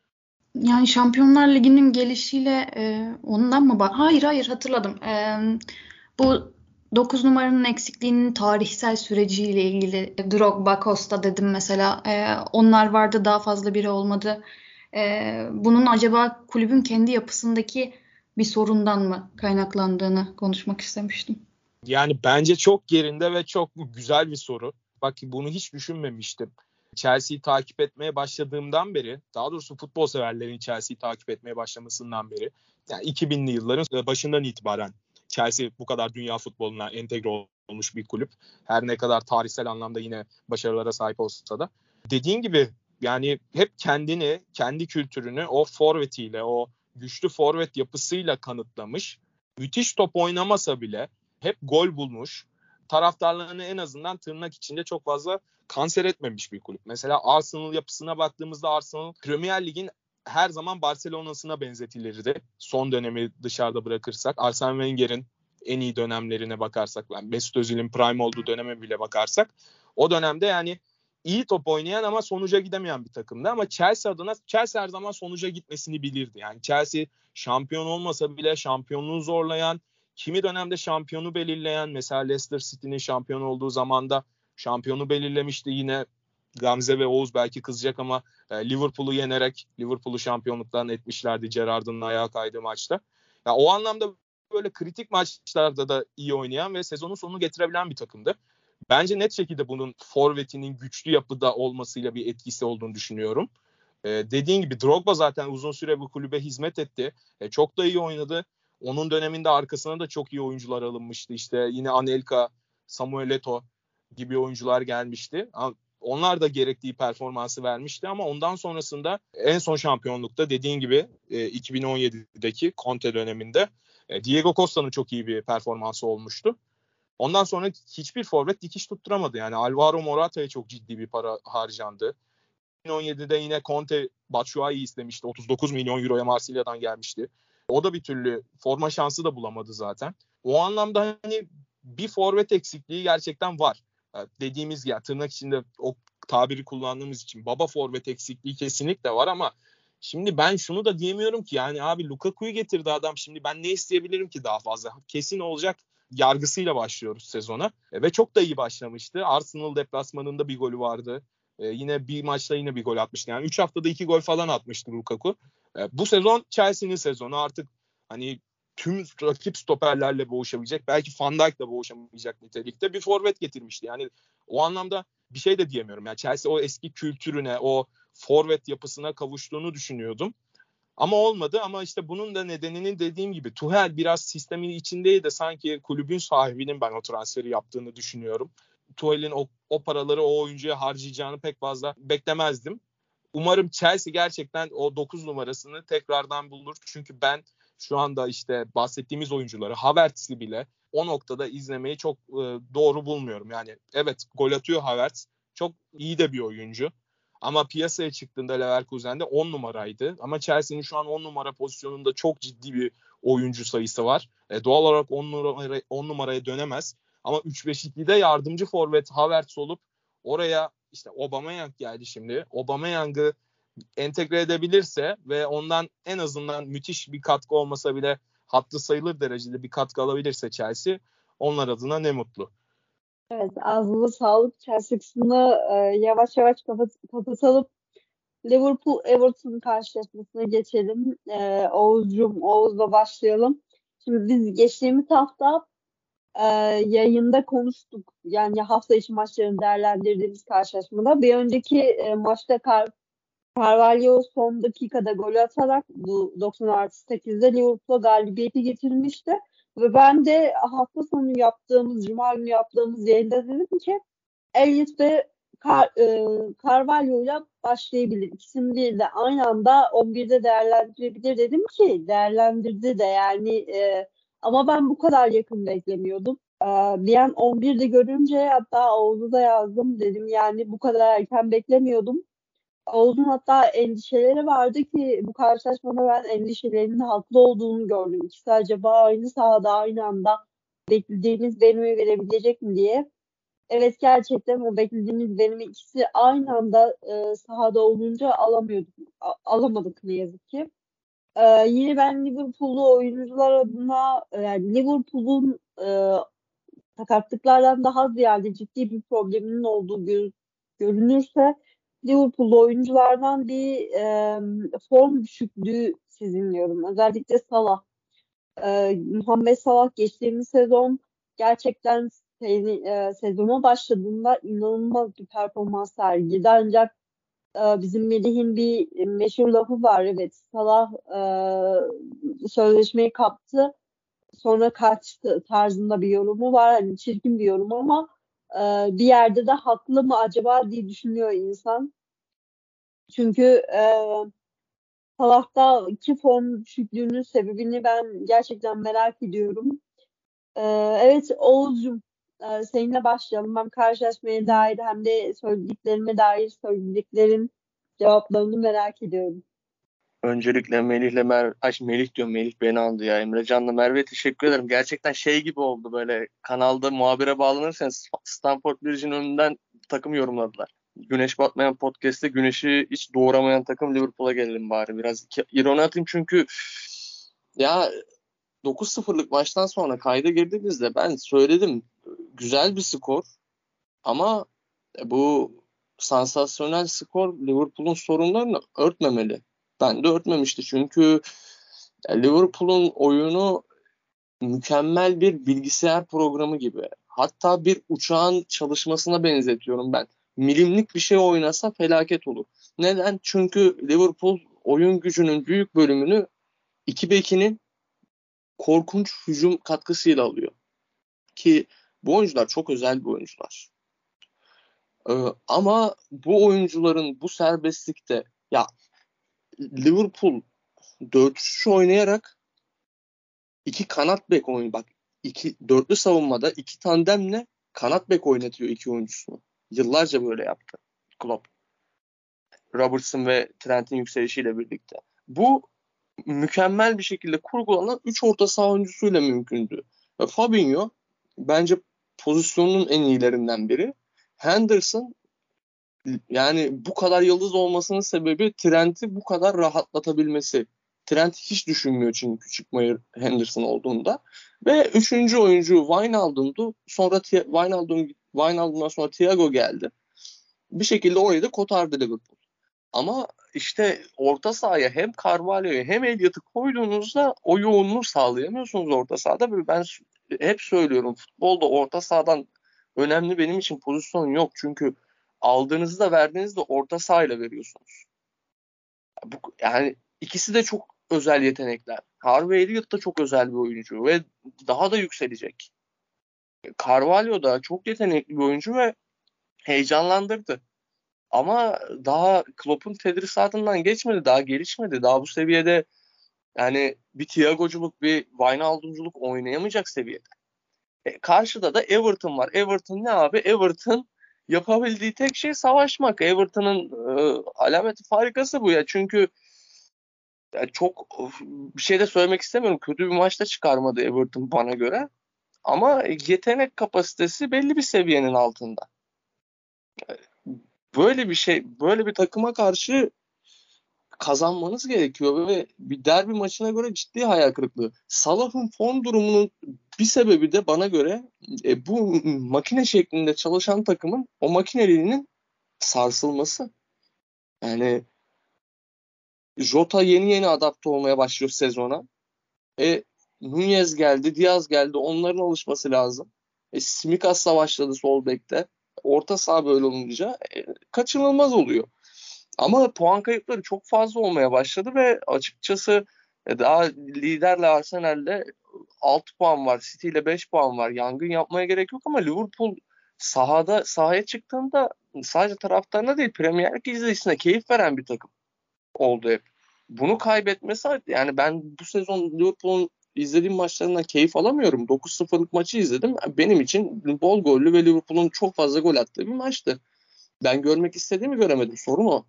Yani Şampiyonlar Ligi'nin gelişiyle e, ondan mı? Bak? Hayır hayır hatırladım. E, bu dokuz numaranın eksikliğinin tarihsel süreciyle ilgili Drogba, Costa dedim mesela. E, onlar vardı, daha fazla biri olmadı. E, bunun acaba kulübün kendi yapısındaki bir sorundan mı kaynaklandığını konuşmak istemiştim. Yani bence çok yerinde ve çok güzel bir soru. Bak bunu hiç düşünmemiştim. Chelsea'yi takip etmeye başladığımdan beri, daha doğrusu futbol severlerin Chelsea'yi takip etmeye başlamasından beri, yani iki binli yılların başından itibaren Chelsea bu kadar dünya futboluna entegre olmuş bir kulüp. Her ne kadar tarihsel anlamda yine başarılara sahip olsa da. Dediğin gibi yani hep kendini, kendi kültürünü o forvetiyle, o güçlü forvet yapısıyla kanıtlamış. Müthiş top oynamasa bile hep gol bulmuş. Taraftarlarını en azından tırnak içinde çok fazla kanser etmemiş bir kulüp. Mesela Arsenal yapısına baktığımızda Arsenal Premier Lig'in her zaman Barcelona'sına benzetilirdi. Son dönemi dışarıda bırakırsak. Arsene Wenger'in en iyi dönemlerine bakarsak, yani Mesut Özil'in prime olduğu döneme bile bakarsak, o dönemde yani iyi top oynayan ama sonuca gidemeyen bir takımdı. Ama Chelsea adına Chelsea her zaman sonuca gitmesini bilirdi. Yani Chelsea şampiyon olmasa bile şampiyonluğu zorlayan, kimi dönemde şampiyonu belirleyen, mesela Leicester City'nin şampiyon olduğu zamanda şampiyonu belirlemişti yine. Gamze ve Oğuz belki kızacak ama e, Liverpool'u yenerek Liverpool'u şampiyonluktan etmişlerdi Gerrard'ın ayağa kaydığı maçta. Ya, o anlamda böyle kritik maçlarda da iyi oynayan ve sezonun sonunu getirebilen bir takımdı. Bence net şekilde bunun forvetinin güçlü yapıda olmasıyla bir etkisi olduğunu düşünüyorum. Ee, dediğin gibi Drogba zaten uzun süre bu kulübe hizmet etti. E, çok da iyi oynadı. Onun döneminde arkasına da çok iyi oyuncular alınmıştı. İşte yine Anelka, Samuel Eto'o gibi oyuncular gelmişti. Onlar da gerektiği performansı vermişti ama ondan sonrasında en son şampiyonlukta dediğin gibi iki bin on yedideki Conte döneminde Diego Costa'nın çok iyi bir performansı olmuştu. Ondan sonra hiçbir forvet dikiş tutturamadı. Yani Alvaro Morata'ya çok ciddi bir para harcandı. iki bin on yedide yine Conte Batshuayi'yi istemişti. otuz dokuz milyon euroya Marsilya'dan gelmişti. O da bir türlü forma şansı da bulamadı zaten. O anlamda hani bir forvet eksikliği gerçekten var. Dediğimiz ya tırnak içinde o tabiri kullandığımız için baba forvet eksikliği kesinlikle var ama şimdi ben şunu da diyemiyorum ki yani abi Lukaku'yu getirdi adam, şimdi ben ne isteyebilirim ki daha fazla? Kesin olacak yargısıyla başlıyoruz sezona e, ve çok da iyi başlamıştı. Arsenal deplasmanında bir golü vardı. E, yine bir maçta yine bir gol atmıştı. Yani üç haftada iki gol falan atmıştı Lukaku. E, bu sezon Chelsea'nin sezonu, artık hani tüm rakip stoperlerle boğuşabilecek, belki Van Dijk'le boğuşamayacak nitelikte bir forvet getirmişti. Yani o anlamda bir şey de diyemiyorum. Yani Chelsea o eski kültürüne, o forvet yapısına kavuştuğunu düşünüyordum. Ama olmadı. Ama işte bunun da nedeninin dediğim gibi Tuchel biraz sistemin içindeydi de sanki kulübün sahibinin ben o transferi yaptığını düşünüyorum. Tuchel'in o, o paraları o oyuncuya harcayacağını pek fazla beklemezdim. Umarım Chelsea gerçekten o dokuz numarasını tekrardan bulur. Çünkü ben şu anda işte bahsettiğimiz oyuncuları, Havertz'i bile o noktada izlemeyi çok e, doğru bulmuyorum. Yani evet gol atıyor Havertz. Çok iyi de bir oyuncu. Ama piyasaya çıktığında Leverkusen'de on numaraydı. Ama Chelsea'nin şu an on numara pozisyonunda çok ciddi bir oyuncu sayısı var. E, doğal olarak on, numara, on numaraya dönemez. Ama üç beş ikide yardımcı forvet Havertz olup oraya işte Aubameyang geldi şimdi. Aubameyang'ı entegre edebilirse ve ondan en azından müthiş bir katkı olmasa bile hatırı sayılır derecede bir katkı alabilirse Chelsea, onlar adına ne mutlu. Evet, ağzına sağlık. Chelsea kısmını e, yavaş yavaş kapat kapatalım. Liverpool-Everton karşılaşmasına geçelim. E, Oğuz'cum, Oğuz'la başlayalım. Şimdi biz geçtiğimiz hafta e, yayında konuştuk. Yani hafta içi maçlarını değerlendirdiğimiz karşılaşmada. Bir önceki e, maçta Car Carvalho son dakikada gol atarak bu doksan artı sekizde Liverpool'a galibiyeti getirmişti. Ve ben de hafta sonu yaptığımız, Cuma günü yaptığımız yayında dedim ki Elliot ve Car e, Carvalho'yla başlayabilir. İkisini bir de aynı anda on birde değerlendirebilir dedim ki değerlendirdi de yani e, ama ben bu kadar yakın beklemiyordum. E, bir an on birde görünce hatta Oğuz'u da yazdım dedim yani bu kadar erken beklemiyordum. Oğuz'un hatta endişeleri vardı ki bu karşılaşmada ben endişelerinin haklı olduğunu gördüm. İkisi acaba aynı sahada aynı anda beklediğimiz verimi verebilecek mi diye. Evet gerçekten o beklediğimiz verimi ikisi aynı anda e, sahada olunca alamıyorduk, a- alamadık ne yazık ki. E, yine ben Liverpool'lu oyuncular adına e, yani Liverpool'un e, sakatlıklardan daha ziyade ciddi bir probleminin olduğu gör- görünürse Liverpool'lu oyunculardan bir e, form düşüklüğü sezinliyorum. Özellikle Salah. E, Muhammed Salah geçtiğimiz sezon gerçekten se- e, sezona başladığında inanılmaz bir performans sergiledi. Ancak e, bizim Melih'in bir meşhur lafı var. Evet, Salah e, sözleşmeyi kaptı sonra kaçtı tarzında bir yorumu var. Hani çirkin bir yorum ama e, bir yerde de haklı mı acaba diye düşünüyor insan. Çünkü e, Salah'ta iki form düşüklüğünün sebebini ben gerçekten merak ediyorum. E, evet Oğuz'cum e, seninle başlayalım. Hem karşılaşmaya dair hem de söylediklerime dair söylediklerin cevaplarını merak ediyorum. Öncelikle Melih'le Merve, ay Melih diyorum, Melih beni aldı ya. Emrecan'la Merve'ye teşekkür ederim. Gerçekten şey gibi oldu, böyle kanalda muhabire bağlanırsanız Stamford Bridge'in önünden takım yorumladılar. Güneş batmayan podcast'te güneşi hiç doğuramayan takım Liverpool'a gelelim bari. Biraz ironi atayım çünkü ya dokuz sıfırlık maçtan sonra kayda girdiğimizde ben söyledim, güzel bir skor ama bu sansasyonel skor Liverpool'un sorunlarını örtmemeli. Ben de örtmemişti çünkü Liverpool'un oyunu mükemmel bir bilgisayar programı gibi. Hatta bir uçağın çalışmasına benzetiyorum ben. Milimlik bir şey oynasa felaket olur. Neden? Çünkü Liverpool oyun gücünün büyük bölümünü iki bekinin korkunç hücum katkısıyla alıyor. Ki bu oyuncular çok özel bir oyuncular. Ee, ama bu oyuncuların bu serbestlikte ya Liverpool dört üç oynayarak iki kanat bek oyun bak iki dörtlü savunmada iki tandemle kanat bek oynatıyor iki oyuncusunu. Yıllarca böyle yaptı Klopp. Robertson ve Trent'in yükselişiyle birlikte. Bu mükemmel bir şekilde kurgulanan üç orta saha oyuncusuyla mümkündü. Ve Fabinho bence pozisyonun en iyilerinden biri. Henderson yani bu kadar yıldız olmasının sebebi Trent'i bu kadar rahatlatabilmesi. Trent hiç düşünmüyor çünkü çıkmayı Henderson olduğunda. Ve üçüncü oyuncu Wijnaldum'du. Sonra Wijnaldum, Wijnaldum'dan sonra Thiago geldi. Bir şekilde orayı da kotardı Liverpool. Ama işte orta sahaya hem Carvalho'yu hem Elliott'ı koyduğunuzda o yoğunluğu sağlayamıyorsunuz orta sahada. Ben hep söylüyorum futbolda orta sahadan önemli benim için pozisyon yok. Çünkü aldığınızı da verdiğinizi de orta sahayla veriyorsunuz. Bu, yani ikisi de çok özel yetenekler. Harvey Elliott da çok özel bir oyuncu ve daha da yükselecek. Carvalho da çok yetenekli bir oyuncu ve heyecanlandırdı. Ama daha Klopp'un tedrisatından geçmedi, daha gelişmedi. Daha bu seviyede yani bir Thiago'culuk, bir Wijnaldum'culuk oynayamayacak seviyede. E, karşıda da Everton var. Everton ne abi? Everton yapabildiği tek şey savaşmak. Everton'ın e, alameti farikası bu ya. Çünkü ya çok bir şey de söylemek istemiyorum. Kötü bir maçta çıkarmadı Everton bana göre. Ama yetenek kapasitesi belli bir seviyenin altında. Böyle bir şey, böyle bir takıma karşı kazanmanız gerekiyor ve bir derbi maçına göre ciddi hayal kırıklığı. Salah'ın form durumunun bir sebebi de bana göre e, bu makine şeklinde çalışan takımın o makineliğinin sarsılması. Yani Jota yeni yeni adapte olmaya başlıyor sezona. E, Nunez geldi, Diaz geldi. Onların alışması lazım. E, Simikas'la başladı sol bekte. Orta saha böyle olunca e, kaçınılmaz oluyor. Ama puan kayıpları çok fazla olmaya başladı ve açıkçası daha liderle Arsenal'de altı puan var. City ile beş puan var. Yangın yapmaya gerek yok ama Liverpool sahada sahaya çıktığında sadece taraftarına değil Premier Lig izleyicisine keyif veren bir takım oldu hep. Bunu kaybetmesi yani ben bu sezon Liverpool'un izlediğim maçlarından keyif alamıyorum. dokuz sıfırlık maçı izledim. Benim için bol gollü ve Liverpool'un çok fazla gol attığı bir maçtı. Ben görmek istediğimi göremedim. Sorun o.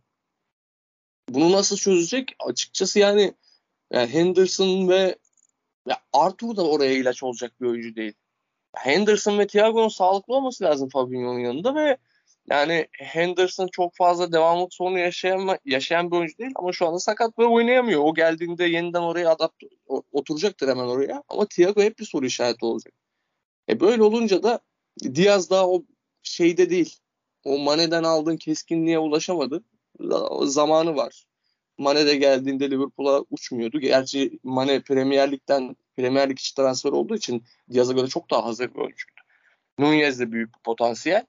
Bunu nasıl çözecek? Açıkçası yani, yani Henderson ve ya Arthur da oraya ilaç olacak bir oyuncu değil. Henderson ve Thiago'nun sağlıklı olması lazım Fabinho'nun yanında ve yani Henderson çok fazla devamlık sorunu yaşayan, yaşayan bir oyuncu değil ama şu anda sakat ve oynayamıyor. O geldiğinde yeniden oraya adapte oturacaktır hemen oraya ama Thiago hep bir soru işareti olacak. E böyle olunca da Diaz daha o şeyde değil. O Mane'den aldığın keskinliğe ulaşamadı. Zamanı var. Mane de geldiğinde Liverpool'a uçmuyordu. Gerçi Mane Premier Lig'den Premier Lig içi transfer olduğu için Diaz'a göre çok daha hazır bir oyuncuydu. Nunez de büyük bir potansiyel.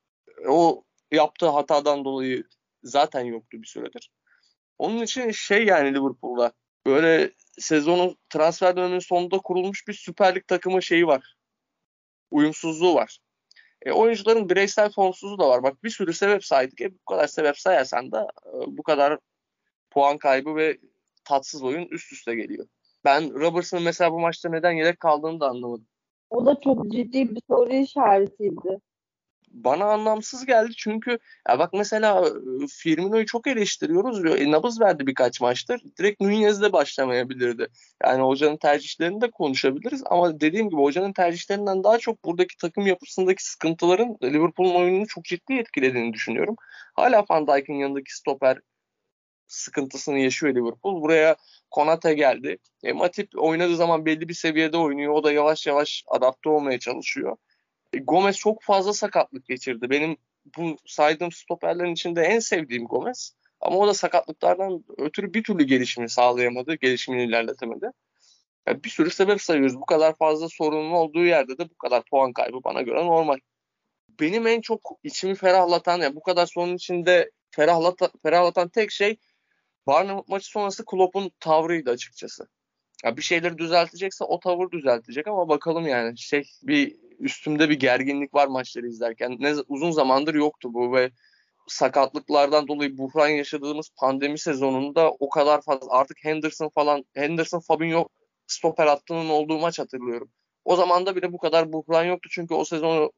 O yaptığı hatadan dolayı zaten yoktu bir süredir. Onun için şey yani Liverpool'da böyle sezonun transfer döneminin sonunda kurulmuş bir Süper Lig takımı şeyi var. Uyumsuzluğu var. E, oyuncuların bireysel formsuzluğu da var. Bak bir sürü sebep saydık. E, bu kadar sebep sayarsan da e, bu kadar puan kaybı ve tatsız oyun üst üste geliyor. Ben Robertson'ın mesela bu maçta neden yedek kaldığını da anlamadım. O da çok ciddi bir soru işaretiydi. Bana anlamsız geldi çünkü ya bak mesela Firmino'yu çok eleştiriyoruz. E, nabız verdi birkaç maçtır. Direkt Nunez'le başlamayabilirdi. Yani hocanın tercihlerini de konuşabiliriz ama dediğim gibi hocanın tercihlerinden daha çok buradaki takım yapısındaki sıkıntıların Liverpool'un oyununu çok ciddi etkilediğini düşünüyorum. Hala Van Dijk'in yanındaki stoper sıkıntısını yaşıyor Liverpool. Buraya Konate geldi. E, Matip oynadığı zaman belli bir seviyede oynuyor. O da yavaş yavaş adapte olmaya çalışıyor. E, Gomez çok fazla sakatlık geçirdi. Benim bu saydığım stoperlerin içinde en sevdiğim Gomez. Ama o da sakatlıklardan ötürü bir türlü gelişimini sağlayamadı. Gelişimini ilerletemedi. Yani bir sürü sebep sayıyoruz. Bu kadar fazla sorunun olduğu yerde de bu kadar puan kaybı bana göre normal. Benim en çok içimi ferahlatan, yani bu kadar sorunun içinde ferahlatan, ferahlatan tek şey Bournemouth maçı sonrası Klopp'un tavrıydı açıkçası. Ya bir şeyleri düzeltecekse o tavır düzeltecek ama bakalım yani şey bir üstümde bir gerginlik var maçları izlerken. Ne uzun zamandır yoktu bu ve sakatlıklardan dolayı buhran yaşadığımız pandemi sezonunda o kadar fazla artık Henderson falan Henderson Fabinho stoper hattının olduğu maç hatırlıyorum. O zaman da bile bu kadar buhran yoktu çünkü o sezonu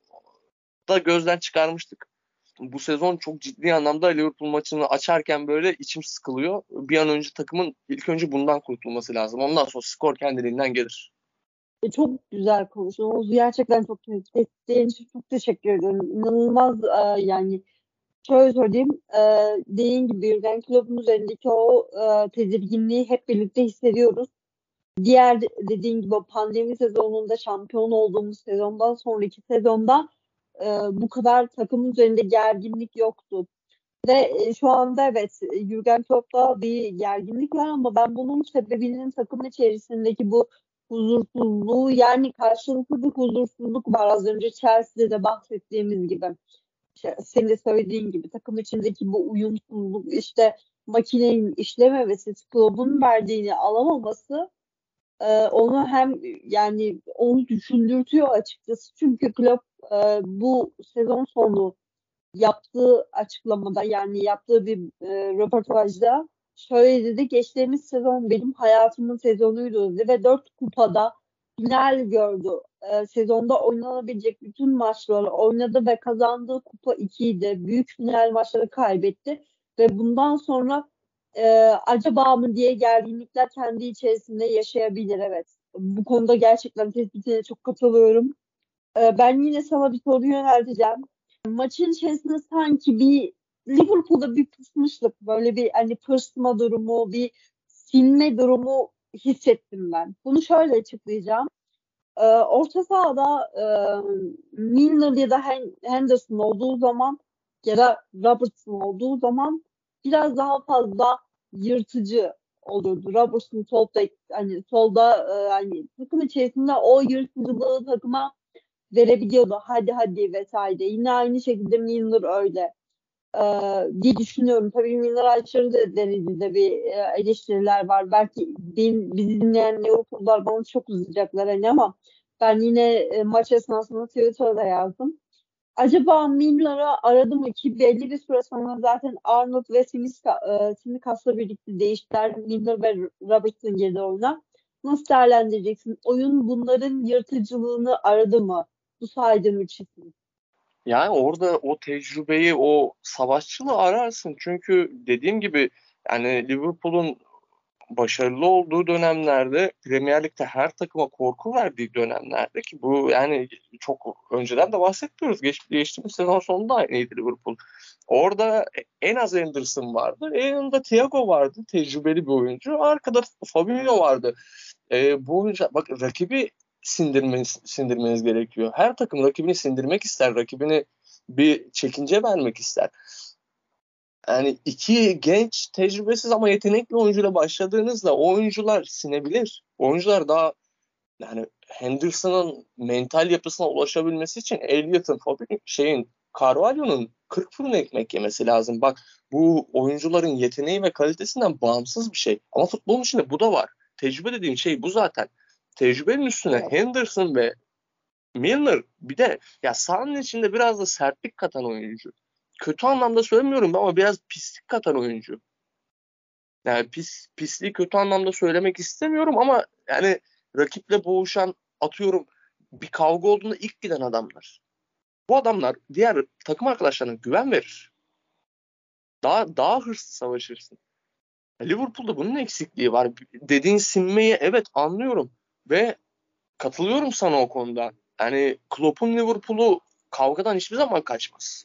da gözden çıkarmıştık. Bu sezon çok ciddi anlamda Liverpool maçını açarken böyle içim sıkılıyor. Bir an önce takımın ilk önce bundan kurtulması lazım. Ondan sonra skor kendiliğinden gelir. E, çok güzel konuştun. Oğuz, gerçekten çok teşekkür için çok teşekkür ederim. İnanılmaz e, yani şöyle söyleyeyim. E, dediğin gibi Jürgen Klopp'un üzerindeki o e, tedirginliği hep birlikte hissediyoruz. Diğer dediğin gibi o pandemi sezonunda şampiyon olduğumuz sezondan sonraki sezonda e, bu kadar takımın üzerinde gerginlik yoktu. Ve e, şu anda evet Jürgen Klopp'ta bir gerginlik var ama ben bunun sebebinin takım içerisindeki bu huzursuzluğu yani karşılıklı bir huzursuzluk var az önce Chelsea'de de bahsettiğimiz gibi. İşte senin de söylediğin gibi takım içindeki bu uyumsuzluk işte makinenin işlememesi, Klopp'un verdiğini alamaması e, onu hem yani onu düşündürtüyor açıkçası. Çünkü Klopp e, bu sezon sonu yaptığı açıklamada yani yaptığı bir e, röportajda şöyle dedi: geçtiğimiz sezon benim hayatımın sezonuydu dedi ve dört kupada final gördü. E, sezonda oynanabilecek bütün maçları oynadı ve kazandığı kupa ikiydi. Büyük final maçları kaybetti ve bundan sonra e, acaba mı diye gerginlikler kendi içerisinde yaşayabilir, evet. Bu konuda gerçekten tespitine çok katılıyorum. E, ben yine sana bir soru yönelteceğim. Maçın içerisinde sanki bir Liverpool'da bir pısmışlık, böyle bir hani pırsma durumu, bir sinme durumu hissettim ben. Bunu şöyle açıklayacağım. Ee, orta sahada e, Milner ya da Henderson olduğu zaman ya da Robertson olduğu zaman biraz daha fazla yırtıcı olurdu. Robertson solda hani solda e, hani takım içerisinde o yırtıcılığı takıma verebiliyordu. Hadi hadi vesaire. Yine aynı şekilde Milner öyle ee, diye düşünüyorum. Tabii Milner aşırı da derecede bir e, eleştiriler var. Belki benim, bizi dinleyen Liverpool'lar bana çok üzülecekler hani ama ben yine e, maç esnasında Twitter'da yazdım. Acaba Milner'ı aradı mı ki belli bir süre sonra zaten Arnold ve Tsimikas birlikte değiştiler. Milner ve Robertson girdi oyuna. Nasıl değerlendireceksin? Oyun bunların yırtıcılığını aradı mı? Bu saydığım üç isim. Yani orada o tecrübeyi, o savaşçılığı ararsın. Çünkü dediğim gibi yani Liverpool'un başarılı olduğu dönemlerde Premier Lig'de her takıma korku verdiği dönemlerde ki bu yani çok önceden de bahsetmiyoruz. Geç, geçtiğimiz sezon sonunda aynıydı Liverpool. Orada en az Henderson vardı. En yanında Thiago vardı. Tecrübeli bir oyuncu. Arkada Fabinho vardı. E, bu oyuncu bak rakibi sindirmeniz, sindirmeniz gerekiyor. Her takım rakibini sindirmek ister. Rakibini bir çekince vermek ister. Yani iki genç, tecrübesiz ama yetenekli oyuncuyla başladığınızda o oyuncular sinebilir. Oyuncular daha yani Henderson'ın mental yapısına ulaşabilmesi için Elliott'ın, şeyin, Carvalho'nun kırk fırın ekmek yemesi lazım. Bak bu oyuncuların yeteneği ve kalitesinden bağımsız bir şey. Ama futbolun içinde bu da var. Tecrübe dediğim şey bu zaten. Tecrübenin üstüne Evet. Henderson ve Milner bir de ya sahanın içinde biraz da sertlik katan oyuncu. Kötü anlamda söylemiyorum ama biraz pislik katan oyuncu. Yani pis pisliği kötü anlamda söylemek istemiyorum ama yani rakiple boğuşan atıyorum bir kavga olduğunda ilk giden adamlar. Bu adamlar diğer takım arkadaşlarına güven verir. Daha daha hırslı savaşırsın. Liverpool'da bunun eksikliği var. Dediğin sinmeyi evet anlıyorum ve katılıyorum sana o konuda. Yani Klopp'un Liverpool'u kavgadan hiçbir zaman kaçmaz.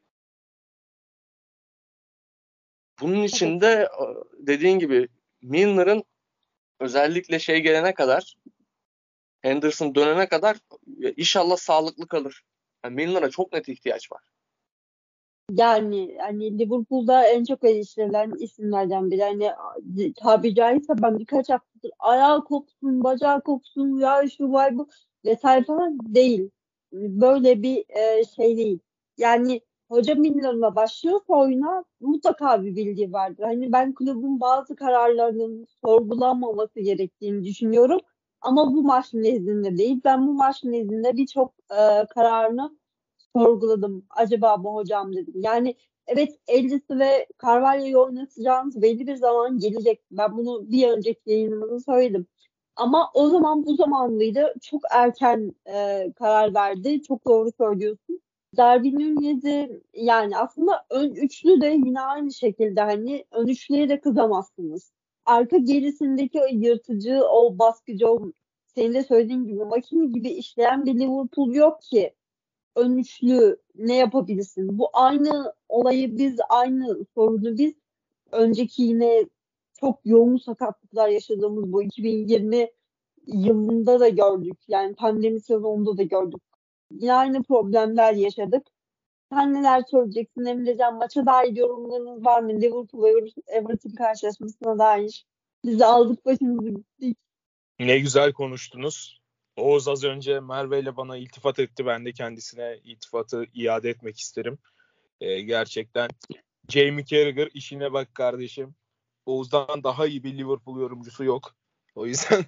Bunun için de dediğin gibi Milner'ın özellikle şey gelene kadar, Henderson dönene kadar inşallah sağlıklı kalır. Yani Milner'a çok net ihtiyaç var. Yani hani Liverpool'da en çok eleştirilen isimlerden biri. Hani tabiri caizse ben birkaç haftadır ayağı kopsun, bacağı kopsun, ya şu var bu vesaire falan değil. Böyle bir e, şey değil. Yani Hoca Miller'la başlıyorsa oyuna mutlaka bir bildiği vardır. Hani ben kulübün bazı kararlarının sorgulanmaması gerektiğini düşünüyorum. Ama bu maç nezdinde değil. Ben bu maç nezdinde birçok e, kararını sorguladım. Acaba mı hocam dedim. Yani evet, Ellis'i ve Carvalho'yu oynatacağınız belli bir zaman gelecek. Ben bunu bir önceki yayınımızda söyledim. Ama o zaman bu zamanlıydı. Çok erken e, karar verdi. Çok doğru söylüyorsun. Darwin Nunez'i yani aslında ön üçlü de yine aynı şekilde hani ön üçlüye de kızamazsınız. Arka gerisindeki o yırtıcı, o baskıcı, o senin de söylediğin gibi makine gibi işleyen bir Liverpool yok ki ön üçlü ne yapabilirsin? Bu aynı olayı biz, aynı sorunu biz önceki yine çok yoğun sakatlıklar yaşadığımız bu iki bin yirmi yılında da gördük. Yani pandemi sezonunda da gördük. Yine aynı problemler yaşadık. Sen neler söyleyeceksin Emrecan? Maça dair yorumlarınız var mı? Liverpool Everton karşılaşmasına dair. Biz de aldık başımızı gittik. Ne güzel konuştunuz. Oğuz az önce Merve ile bana iltifat etti. Ben de kendisine iltifatı iade etmek isterim. Ee, gerçekten Jamie Carragher, işine bak kardeşim. Oğuz'dan daha iyi bir Liverpool yorumcusu yok. O yüzden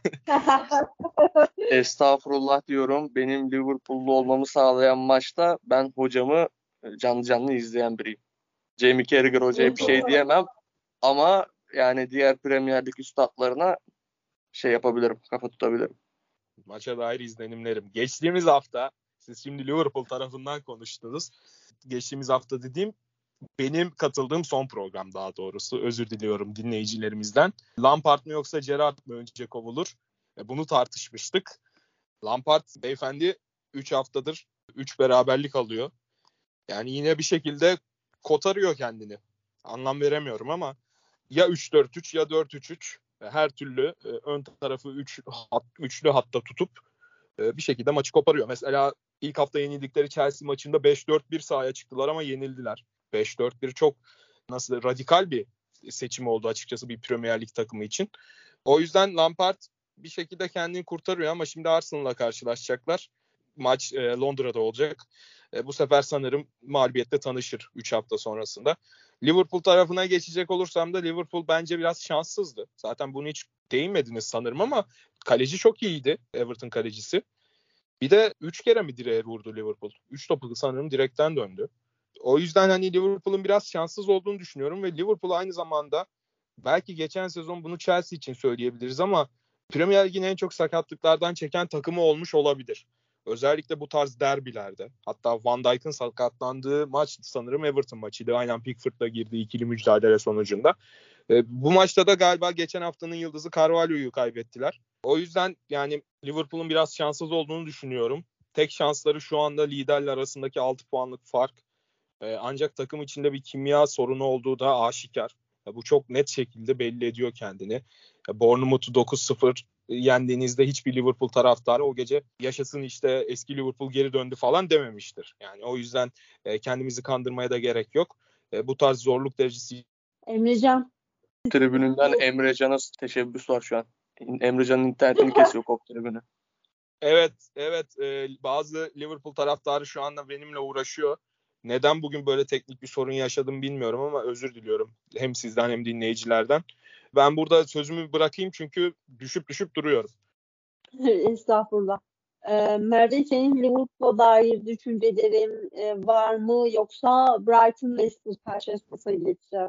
Estağfurullah diyorum. Benim Liverpool'lu olmamı sağlayan maçta ben hocamı canlı canlı izleyen biriyim. Jamie Carragher hocaya bir şey diyemem ama yani diğer Premier Lig üstadlarına şey yapabilirim, kafa tutabilirim. maça dair izlenimlerim. Geçtiğimiz hafta, siz şimdi Liverpool tarafından konuştunuz. Geçtiğimiz hafta dediğim benim katıldığım son program daha doğrusu. Özür diliyorum dinleyicilerimizden. Lampard mı yoksa Gerrard mı önce kovulur? Bunu tartışmıştık. Lampard beyefendi üç haftadır üç beraberlik alıyor. Yani yine bir şekilde kotarıyor kendini. Anlam veremiyorum ama ya üç dört üç ya dört üç üç her türlü ön tarafı üç hat, üçlü hatta tutup bir şekilde maçı koparıyor. Mesela ilk hafta yenildikleri Chelsea maçında beş dört bir sahaya çıktılar ama yenildiler. beş dört bir çok nasıl radikal bir seçim oldu açıkçası bir Premier Lig takımı için. O yüzden Lampard bir şekilde kendini kurtarıyor ama şimdi Arsenal'la karşılaşacaklar. Maç e, Londra'da olacak. E, bu sefer sanırım mağlubiyetle tanışır üç hafta sonrasında. Liverpool tarafına geçecek olursam da Liverpool bence biraz şanssızdı. Zaten bunu hiç değinmediniz sanırım ama kaleci çok iyiydi, Everton kalecisi. Bir de üç kere mi direğe vurdu Liverpool? üç topu sanırım direkten döndü. O yüzden hani Liverpool'un biraz şanssız olduğunu düşünüyorum ve Liverpool aynı zamanda belki geçen sezon bunu Chelsea için söyleyebiliriz ama Premier Lig'in en çok sakatlıklardan çeken takımı olmuş olabilir. Özellikle bu tarz derbilerde. Hatta Van Dijk'ın sakatlandığı maç sanırım Everton maçıydı. Aynen Pickford'la girdiği ikili mücadele sonucunda. E, bu maçta da galiba geçen haftanın yıldızı Carvalho'yu kaybettiler. O yüzden yani Liverpool'un biraz şanssız olduğunu düşünüyorum. Tek şansları şu anda liderler arasındaki altı puanlık fark. E, ancak takım içinde bir kimya sorunu olduğu da aşikar. Bu çok net şekilde belli ediyor kendini. Bournemouth'u dokuz sıfır yendiğinizde hiçbir Liverpool taraftarı o gece yaşasın işte eski Liverpool geri döndü falan dememiştir. Yani o yüzden kendimizi kandırmaya da gerek yok. Bu tarz zorluk derecesi. Emrecan. Tribününden Emrecan'a teşebbüs var şu an. Emrecan'ın internetini kesiyor Kop tribünü. Evet, evet. Bazı Liverpool taraftarı şu anda benimle uğraşıyor. Neden bugün böyle teknik bir sorun yaşadım bilmiyorum ama özür diliyorum. Hem sizden hem dinleyicilerden. Ben burada sözümü bırakayım çünkü düşüp düşüp duruyorum. Estağfurullah. Ee, Merve, senin Liverpool'a dair düşüncelerin e, var mı yoksa Brighton Leicester karşılaşmasına geçeceğim?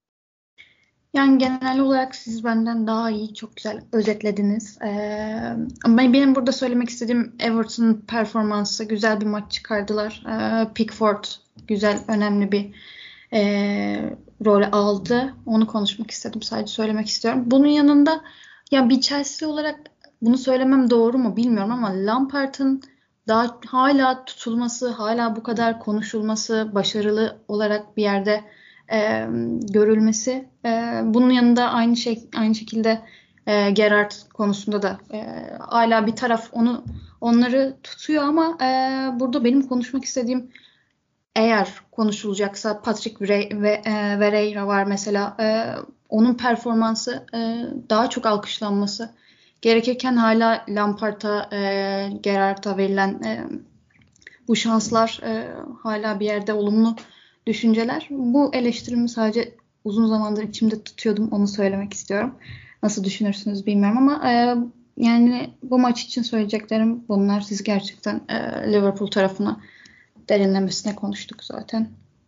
Yani genel olarak siz benden daha iyi, çok güzel özetlediniz. Ee, ama benim burada söylemek istediğim Everton performansı, güzel bir maç çıkardılar. Ee, Pickford güzel, önemli bir e, rol aldı. Onu konuşmak istedim, sadece söylemek istiyorum. Bunun yanında ya bir Chelsea olarak bunu söylemem doğru mu bilmiyorum ama Lampard'ın daha hala tutulması, hala bu kadar konuşulması, başarılı olarak bir yerde e, görülmesi. E, bunun yanında aynı şey aynı şekilde e, Gerrard konusunda da e, hala bir taraf onu onları tutuyor ama e, burada benim konuşmak istediğim, eğer konuşulacaksa Patrick Vieira var mesela. E, onun performansı e, daha çok alkışlanması gerekirken hala Lampard'a, e, Gerrard'a verilen e, bu şanslar e, hala bir yerde olumlu düşünceler. Bu eleştirimi sadece uzun zamandır içimde tutuyordum. Onu söylemek istiyorum. Nasıl düşünürsünüz bilmiyorum ama e, yani bu maç için söyleyeceklerim bunlar. Siz gerçekten e, Liverpool tarafına derinlemesine konuştuk zaten.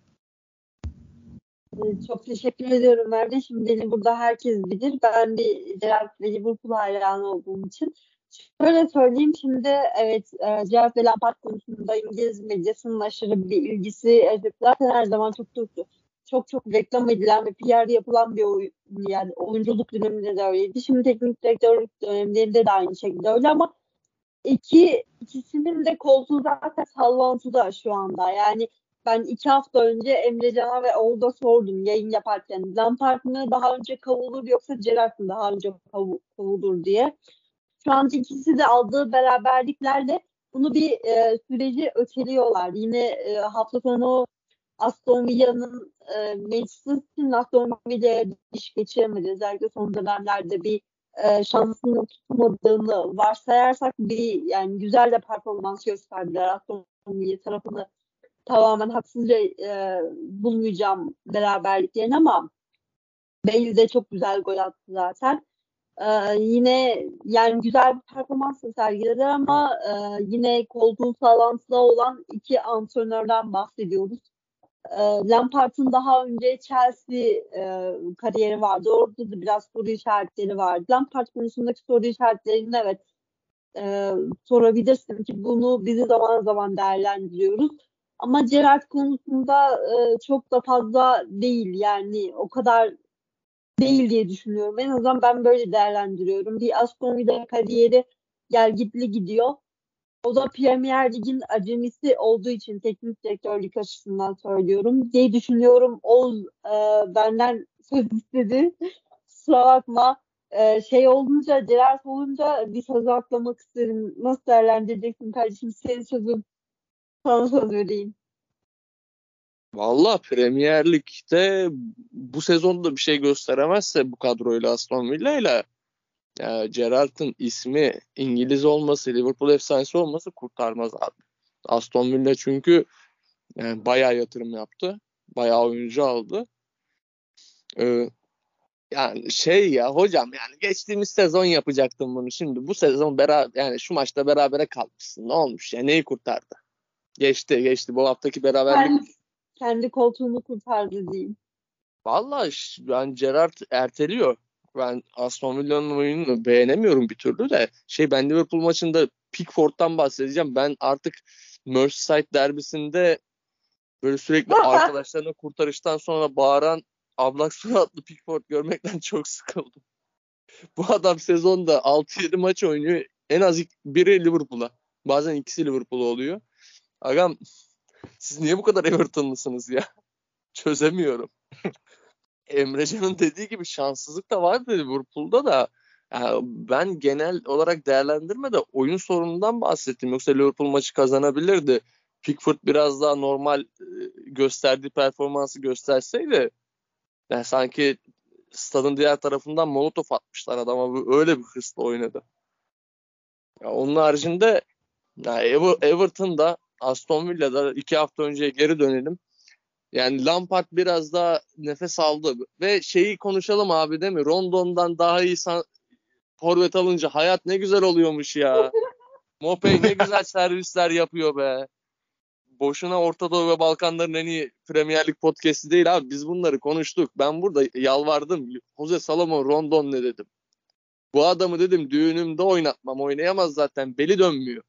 Çok teşekkür ediyorum Merve. Şimdi beni burada herkes bilir. Ben bir Gerrard ve Liverpool hayranı olduğum için. Şöyle söyleyeyim şimdi, evet, e, Gerrard ve Lampard konusunda İngiliz medyasının aşırı bir ilgisi evet, zaten her zaman çok çok çok çok reklam edilen ve P R yapılan bir oyun, yani oyunculuk döneminde de öyleydi. Şimdi teknik direktörlük dönemlerinde de aynı şekilde öyle ama iki ikisinin de koltuğu zaten sallantıda şu anda. Yani ben iki hafta önce Emre Can'a ve Oğuz'a sordum yayın yaparken. Lampard mı daha önce kovulur yoksa Gerrard mı daha önce kavu- kovulur diye. Şu an ikisi de aldığı beraberliklerle bunu bir e, süreci öteliyorlar. Yine e, hafta sonu Aston Villa'nın e, Manchester City'nin Aston Villa'ya diş geçiremedi. Özellikle son dönemlerde bir e, şansını tutmadığını varsayarsak bir yani güzel de performans gösterdiler. Aston Villa tarafını tamamen haksızca e, bulmayacağım beraberliklerini ama Bale de çok güzel gol attı zaten. Ee, yine yani güzel bir performans sergiledi ama e, yine koltuğun sağlantıda olan iki antrenörden bahsediyoruz. E, Lampard'ın daha önce Chelsea e, kariyeri vardı. Orada da biraz soru işaretleri vardı. Lampard konusundaki soru işaretlerini evet e, sorabilirsin ki bunu bizi zaman zaman değerlendiriyoruz. Ama Gerrard konusunda e, çok da fazla değil yani o kadar değil diye düşünüyorum. En azından ben böyle değerlendiriyorum. Bir Aston Villa kariyeri gel gitli gidiyor. O da Premier Lig'in acemisi olduğu için teknik direktörlük açısından söylüyorum diye düşünüyorum. Oğuz e, benden söz istedi. Kusura bakma. E, şey olunca, Gerard olunca bir söz atlamak isterim. Nasıl değerlendireceksin kardeşim? Senin sözün. Sana söz vereyim. Valla Premier Lig'de bu sezonda bir şey gösteremezse bu kadroyla Aston Villa'yla ya Gerrard'ın ismi İngiliz olması, Liverpool efsanesi olması kurtarmaz abi. Aston Villa çünkü yani bayağı yatırım yaptı. Bayağı oyuncu aldı. Ee, yani şey ya hocam yani geçtiğimiz sezon yapacaktım bunu. Şimdi bu sezon beraber yani şu maçta berabere kalmışsın. Ne olmuş ya? Neyi kurtardı? Geçti geçti. Bu haftaki beraberlik Kendi, kendi koltuğunu kurtardı diyeyim. vallahi ben Gerrard erteliyor. Ben Aston Villa'nın oyununu beğenemiyorum bir türlü de. Şey ben Liverpool maçında Pickford'dan bahsedeceğim. Ben artık Merseyside derbisinde böyle sürekli arkadaşlarına kurtarıştan sonra bağıran ablak suratlı Pickford görmekten çok sıkıldım. Bu adam sezonda altı yedi maç oynuyor. En az biri Liverpool'a. Bazen ikisi Liverpool'a oluyor. Agam siz niye bu kadar Everton'lısınız ya? Çözemiyorum. Emrecan'ın dediği gibi şanssızlık da vardı Liverpool'da da. Yani ben genel olarak değerlendirmede oyun sorunundan bahsettim. Yoksa Liverpool maçı kazanabilirdi. Pickford biraz daha normal e, gösterdiği performansı gösterseydi yani sanki stadın diğer tarafından molotof atmışlar adama. Öyle bir hırsla oynadı. Ya onun haricinde yani Ever- Everton'da Aston Villa'da iki hafta önceye geri dönelim. Yani Lampard biraz daha nefes aldı. Ve şeyi konuşalım abi değil mi? Rondon'dan daha iyi san- forvet alınca hayat ne güzel oluyormuş ya. Mopey ne güzel servisler yapıyor be. Boşuna Orta Doğu ve Balkanların en iyi Premier Lig podcast'i değil abi. Biz bunları konuştuk. Ben burada yalvardım. Jose Salomon Rondon ne dedim. Bu adamı dedim düğünümde oynatmam. Oynayamaz zaten. Beli dönmüyor.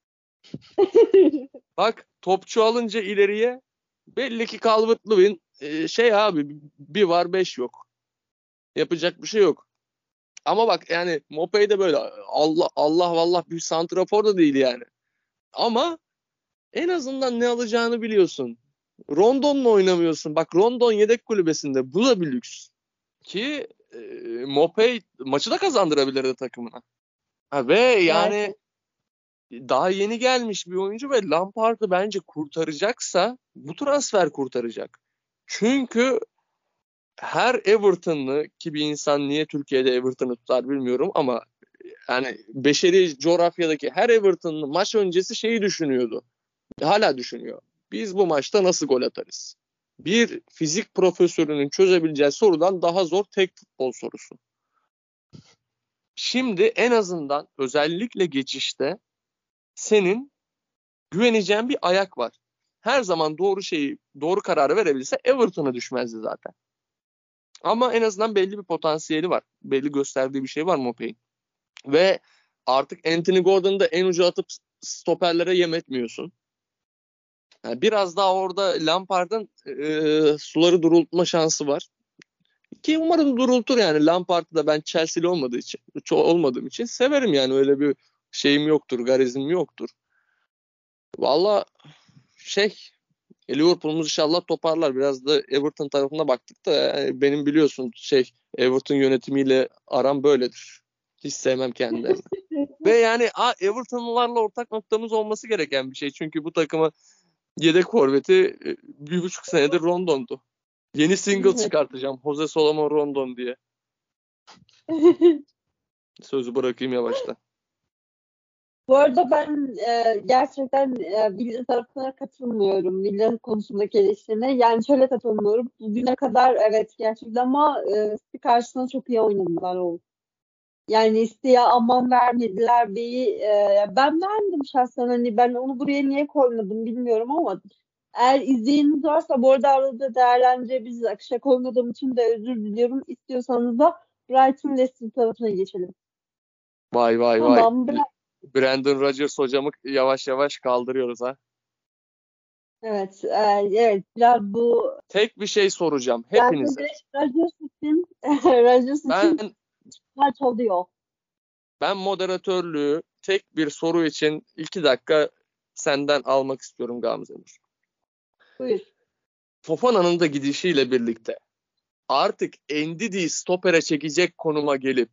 Bak topçu alınca ileriye belli ki Calvert-Lewin e, şey abi bir var beş yok. Yapacak bir şey yok. Ama bak yani Mopey de böyle Allah Allah vallah bir santrafor da değil yani. Ama en azından ne alacağını biliyorsun. Rondon'la oynamıyorsun. Bak Rondon yedek kulübesinde. Bu da bir lüks. Ki e, Mopey maçı da kazandırabilirdi takımına. Ha, ve yani daha yeni gelmiş bir oyuncu ve Lampard'ı bence kurtaracaksa bu transfer kurtaracak. Çünkü her Everton'lı ki bir insan niye Türkiye'de Everton'ı tutar bilmiyorum ama yani beşeri coğrafyadaki her Everton'lı maç öncesi şeyi düşünüyordu. Hala düşünüyor. Biz bu maçta nasıl gol atarız? bir fizik profesörünün çözebileceği sorudan daha zor tek futbol sorusu. Şimdi en azından özellikle geçişte senin güveneceğin bir ayak var. Her zaman doğru şeyi, doğru kararı verebilse Everton'a düşmezdi zaten. Ama en azından belli bir potansiyeli var. Belli gösterdiği bir şey var Mopey'in. Ve artık Anthony Gordon'u da en ucu atıp stoperlere yem etmiyorsun. Yani biraz daha orada Lampard'ın e, suları durultma şansı var. Ki umarım durultur yani. Lampard'ı da ben Chelsea'li olmadığı için, olmadığım için severim yani. Öyle bir şeyim yoktur, garizim yoktur. Valla şey, Liverpool'umuz inşallah toparlar. Biraz da Everton tarafına baktık da yani benim biliyorsun şey Everton yönetimiyle aram böyledir. Hiç sevmem kendilerini. Ve yani a, Everton'lularla ortak noktamız olması gereken bir şey. Çünkü bu takıma yedek forveti bir buçuk senedir Rondon'du. Yeni single çıkartacağım. Jose Solomon Rondon diye. Sözü bırakayım yavaştan. Bu arada ben e, gerçekten e, Villa tarafına katılmıyorum. Villa konusundaki eleştirine. Yani şöyle katılmıyorum. Bugüne kadar evet gerçekten ama e, City karşısında çok iyi oynadılar o. Yani City'ye aman vermediler. Bir, e, ben beğendim şahsen. Hani ben onu buraya niye koymadım bilmiyorum ama eğer izleyeniniz varsa bu arada arada değerlendirebiliriz. Akışa koymadığım için de özür diliyorum. İstiyorsanız da Brighton Leicester tarafına geçelim. Vay vay vay. Tamam. Bra- Brandon Rodgers hocamı yavaş yavaş kaldırıyoruz ha. Evet, e, evet biraz bu Tek bir şey soracağım ben hepinize. de Rodgers için Rodgers için Ben maç oluyor. ben moderatörlüğü tek bir soru için iki dakika senden almak istiyorum Gamze Nur. Buyur. Fofana'nın da gidişiyle birlikte artık Ndidi'yi stopere çekecek konuma gelip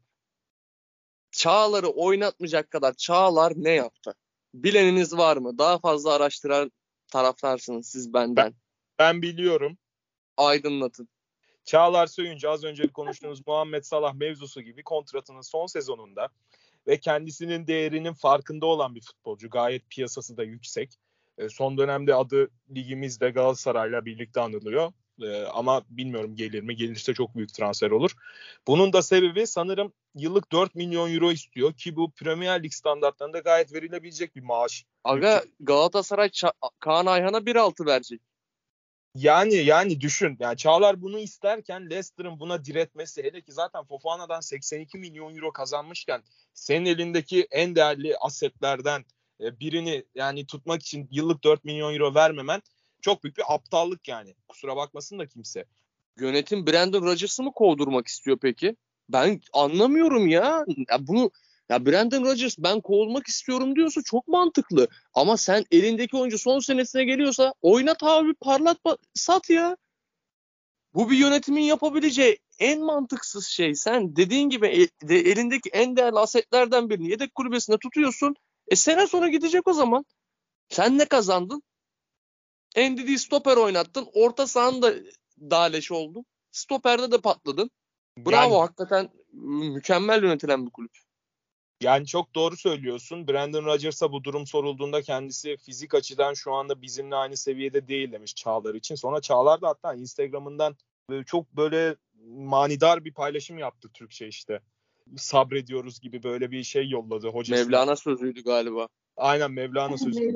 Çağlar'ı oynatmayacak kadar Çağlar ne yaptı? Bileniniz var mı? Daha fazla araştıran taraftarsınız siz benden. Ben, ben biliyorum. Aydınlatın. Çağlar Söyüncü az önce konuştuğumuz Muhammed Salah mevzusu gibi kontratının son sezonunda ve kendisinin değerinin farkında olan bir futbolcu. Gayet piyasası da yüksek. E, son dönemde adı ligimizde Galatasaray'la birlikte anılıyor. E, ama bilmiyorum gelir mi? Gelirse çok büyük transfer olur. Bunun da sebebi sanırım yıllık dört milyon euro istiyor ki bu Premier Lig standartlarında gayet verilebilecek bir maaş. Aga Galatasaray Ça- Kaan Ayhan'a bir altı verecek. Yani yani düşün. Yani Çağlar bunu isterken Leicester'ın buna diretmesi, hele ki zaten Fofana'dan seksen iki milyon euro kazanmışken senin elindeki en değerli asetlerden birini yani tutmak için yıllık dört milyon euro vermemen çok büyük bir aptallık yani. Kusura bakmasın da kimse. Yönetim Brandon Rodgers'ı mı kovdurmak istiyor peki? Ben anlamıyorum ya. Ya bunu ya Brandon Rodgers ben kovulmak istiyorum diyorsa çok mantıklı. Ama sen elindeki oyuncu son senesine geliyorsa oynat abi, parlat, sat ya. Bu bir yönetimin yapabileceği en mantıksız şey. Sen dediğin gibi elindeki en değerli asetlerden birini yedek kulübesinde tutuyorsun. E sene sonra gidecek o zaman. Sen ne kazandın? Ndidi'yi stoper oynattın. Orta sahan da daleş oldu. Stoperde de patladın. Bravo, Yani, hakikaten mükemmel yönetilen bir kulüp. Yani çok doğru söylüyorsun. Brandon Rodgers'a bu durum sorulduğunda kendisi fizik açıdan şu anda bizimle aynı seviyede değil demiş Çağlar için. Sonra Çağlar da hatta Instagram'ından böyle çok böyle manidar bir paylaşım yaptı Türkçe işte. Sabrediyoruz gibi böyle bir şey yolladı hocasına. Mevlana sözüydü galiba. Aynen Mevlana sözü.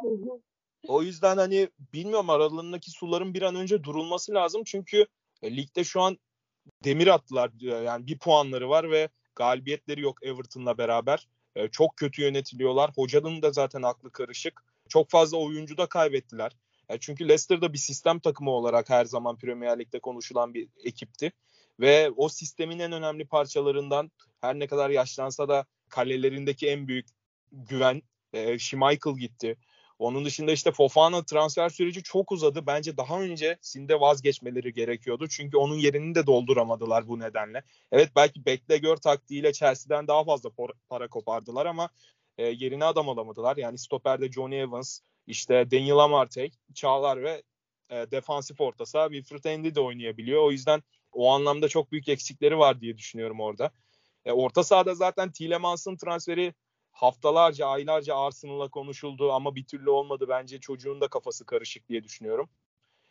O yüzden hani bilmiyorum, aralarındaki suların bir an önce durulması lazım. Çünkü e, ligde şu an demir attılar. Yani bir puanları var ve galibiyetleri yok Everton'la beraber. E, çok kötü yönetiliyorlar. Hocanın da zaten aklı karışık. Çok fazla oyuncu da kaybettiler. E, çünkü Leicester'da bir sistem takımı olarak her zaman Premier Lig'de konuşulan bir ekipti. Ve o sistemin en önemli parçalarından, her ne kadar yaşlansa da kalelerindeki en büyük güven e, Schmeichel gitti. Onun dışında işte Fofana transfer süreci çok uzadı. Bence daha öncesinde vazgeçmeleri gerekiyordu. Çünkü onun yerini de dolduramadılar bu nedenle. Evet, belki bekle gör taktiğiyle Chelsea'den daha fazla para kopardılar ama e, yerine adam alamadılar. Yani stoperde Johnny Evans, işte Daniel Amartey, Çağlar ve e, defansif orta saha Wilfried Ndidi de oynayabiliyor. O yüzden o anlamda çok büyük eksikleri var diye düşünüyorum orada. E, orta sahada zaten Tielemans'ın transferi haftalarca, aylarca Arsenal'la konuşuldu ama bir türlü olmadı. Bence çocuğun da kafası karışık diye düşünüyorum.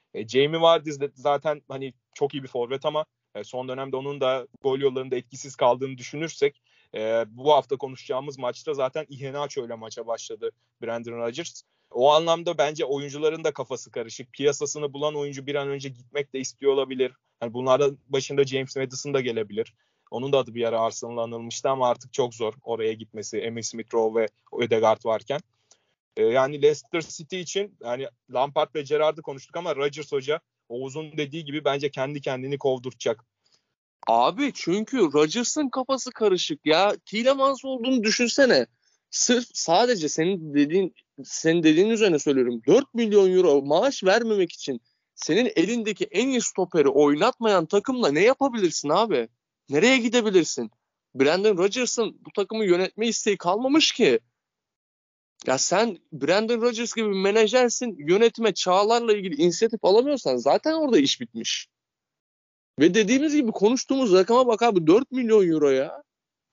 E, Jamie Vardy de zaten hani çok iyi bir forvet ama e, son dönemde onun da gol yollarında etkisiz kaldığını düşünürsek e, bu hafta konuşacağımız maçta zaten Iheanacho ile maça başladı Brendan Rodgers. O anlamda bence oyuncuların da kafası karışık. Piyasasını bulan oyuncu bir an önce gitmek de istiyor olabilir. Yani bunlardan başında James Maddison da gelebilir. Onun da adı bir ara Arsenal'a anılmıştı ama artık çok zor oraya gitmesi. Emil Smith-Rowe ve Ødegaard varken. Ee, yani Leicester City için yani Lampard ve Gerrard'ı konuştuk ama Rodgers Hoca Oğuz'un dediği gibi bence kendi kendini kovduracak. Abi çünkü Rodgers'ın kafası karışık ya. Tielemans olduğunu düşünsene. Sırf sadece senin dediğin senin dediğin üzerine söylüyorum. dört milyon euro maaş vermemek için senin elindeki en iyi stoperi oynatmayan takımla ne yapabilirsin abi? Nereye gidebilirsin? Brendan Rodgers'ın bu takımı yönetme isteği kalmamış ki. Ya sen Brendan Rodgers gibi bir menajersin, yönetime Çağlar'la ilgili inisiyatif alamıyorsan zaten orada iş bitmiş. Ve dediğimiz gibi konuştuğumuz rakama bak abi, dört milyon euro ya.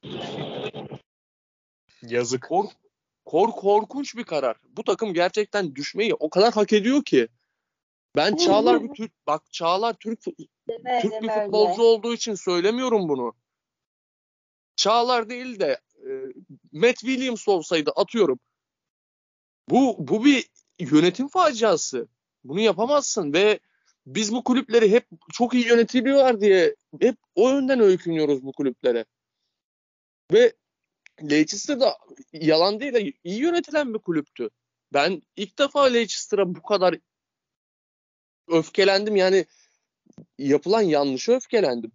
Yazık. Kork, kork, korkunç bir karar. Bu takım gerçekten düşmeyi o kadar hak ediyor ki. Ben Çağlar bir Türk, bak Çağlar Türk Deme, Türk deme bir öyle. futbolcu olduğu için söylemiyorum bunu. Çağlar değil de e, Matt Williams olsaydı atıyorum. Bu bu bir yönetim faciası. Bunu yapamazsın ve biz bu kulüpleri hep çok iyi yönetiliyorlar diye hep o yönden öykünüyoruz bu kulüplere. Ve Leicester'da yalan değil de iyi yönetilen bir kulüptü. Ben ilk defa Leicester'a bu kadar öfkelendim. Yani yapılan yanlışa öfkelendim.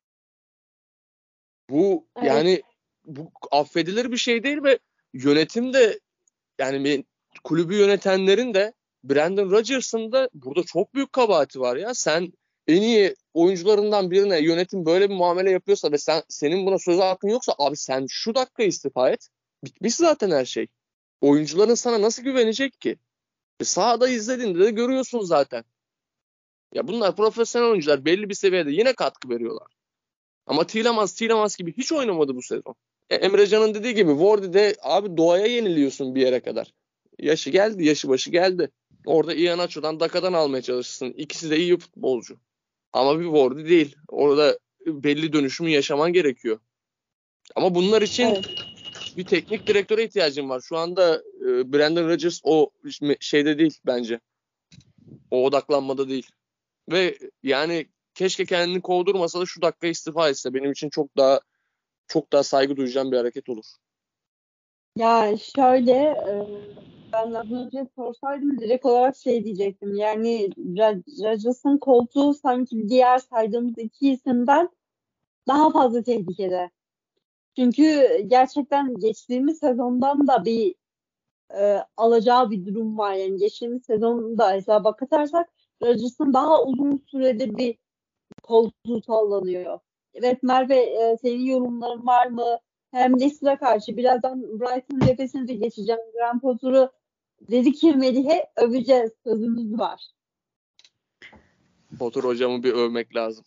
Bu Evet. yani bu affedilir bir şey değil ve yönetim de yani kulübü yönetenlerin de Brendan Rodgers'ın da burada çok büyük kabahati var ya. Sen en iyi oyuncularından birine yönetim böyle bir muamele yapıyorsa ve sen senin buna söz hakkın yoksa abi sen şu dakika istifa et. Bitmiş zaten her şey. Oyuncuların sana nasıl güvenecek ki? E sahada izlediğinde de görüyorsun zaten. Ya bunlar profesyonel oyuncular, belli bir seviyede yine katkı veriyorlar. Ama Tielemans, Tielemans gibi hiç oynamadı bu sezon. E, Emrecan'ın dediği gibi Wardy'de abi doğaya yeniliyorsun bir yere kadar. Yaşı geldi, yaşı başı geldi. Orada Iheanacho'dan, Daka'dan almaya çalışırsın. İkisi de iyi futbolcu. Ama bir Wardy değil. Orada belli dönüşümü yaşaman gerekiyor. Ama bunlar için Evet. bir teknik direktöre ihtiyacım var. Şu anda e, Brendan Rodgers o şeyde değil bence. O odaklanmada değil. Ve yani keşke kendini kovdurmasa da şu dakika istifa etse. Benim için çok daha çok daha saygı duyacağım bir hareket olur. Ya şöyle e, ben az önce sorsaydım direkt olarak şey diyecektim. Yani Ra- Rodgers'ın koltuğu sanki diğer saydığımız iki isimden daha fazla tehlikede. Çünkü gerçekten geçtiğimiz sezondan da bir e, alacağı bir durum var. Yani geçtiğimiz sezonda hesaba katarsak Rodgers'ın daha uzun süredir bir koltuğu sallanıyor. Evet Merve, e, senin yorumların var mı? Hem Leicester'a karşı birazdan Brighton cephesine de geçeceğim. Graham Potter'ı dedi ki Melih'e öveceğiz. Sözümüz var. Potter hocamı bir övmek lazım.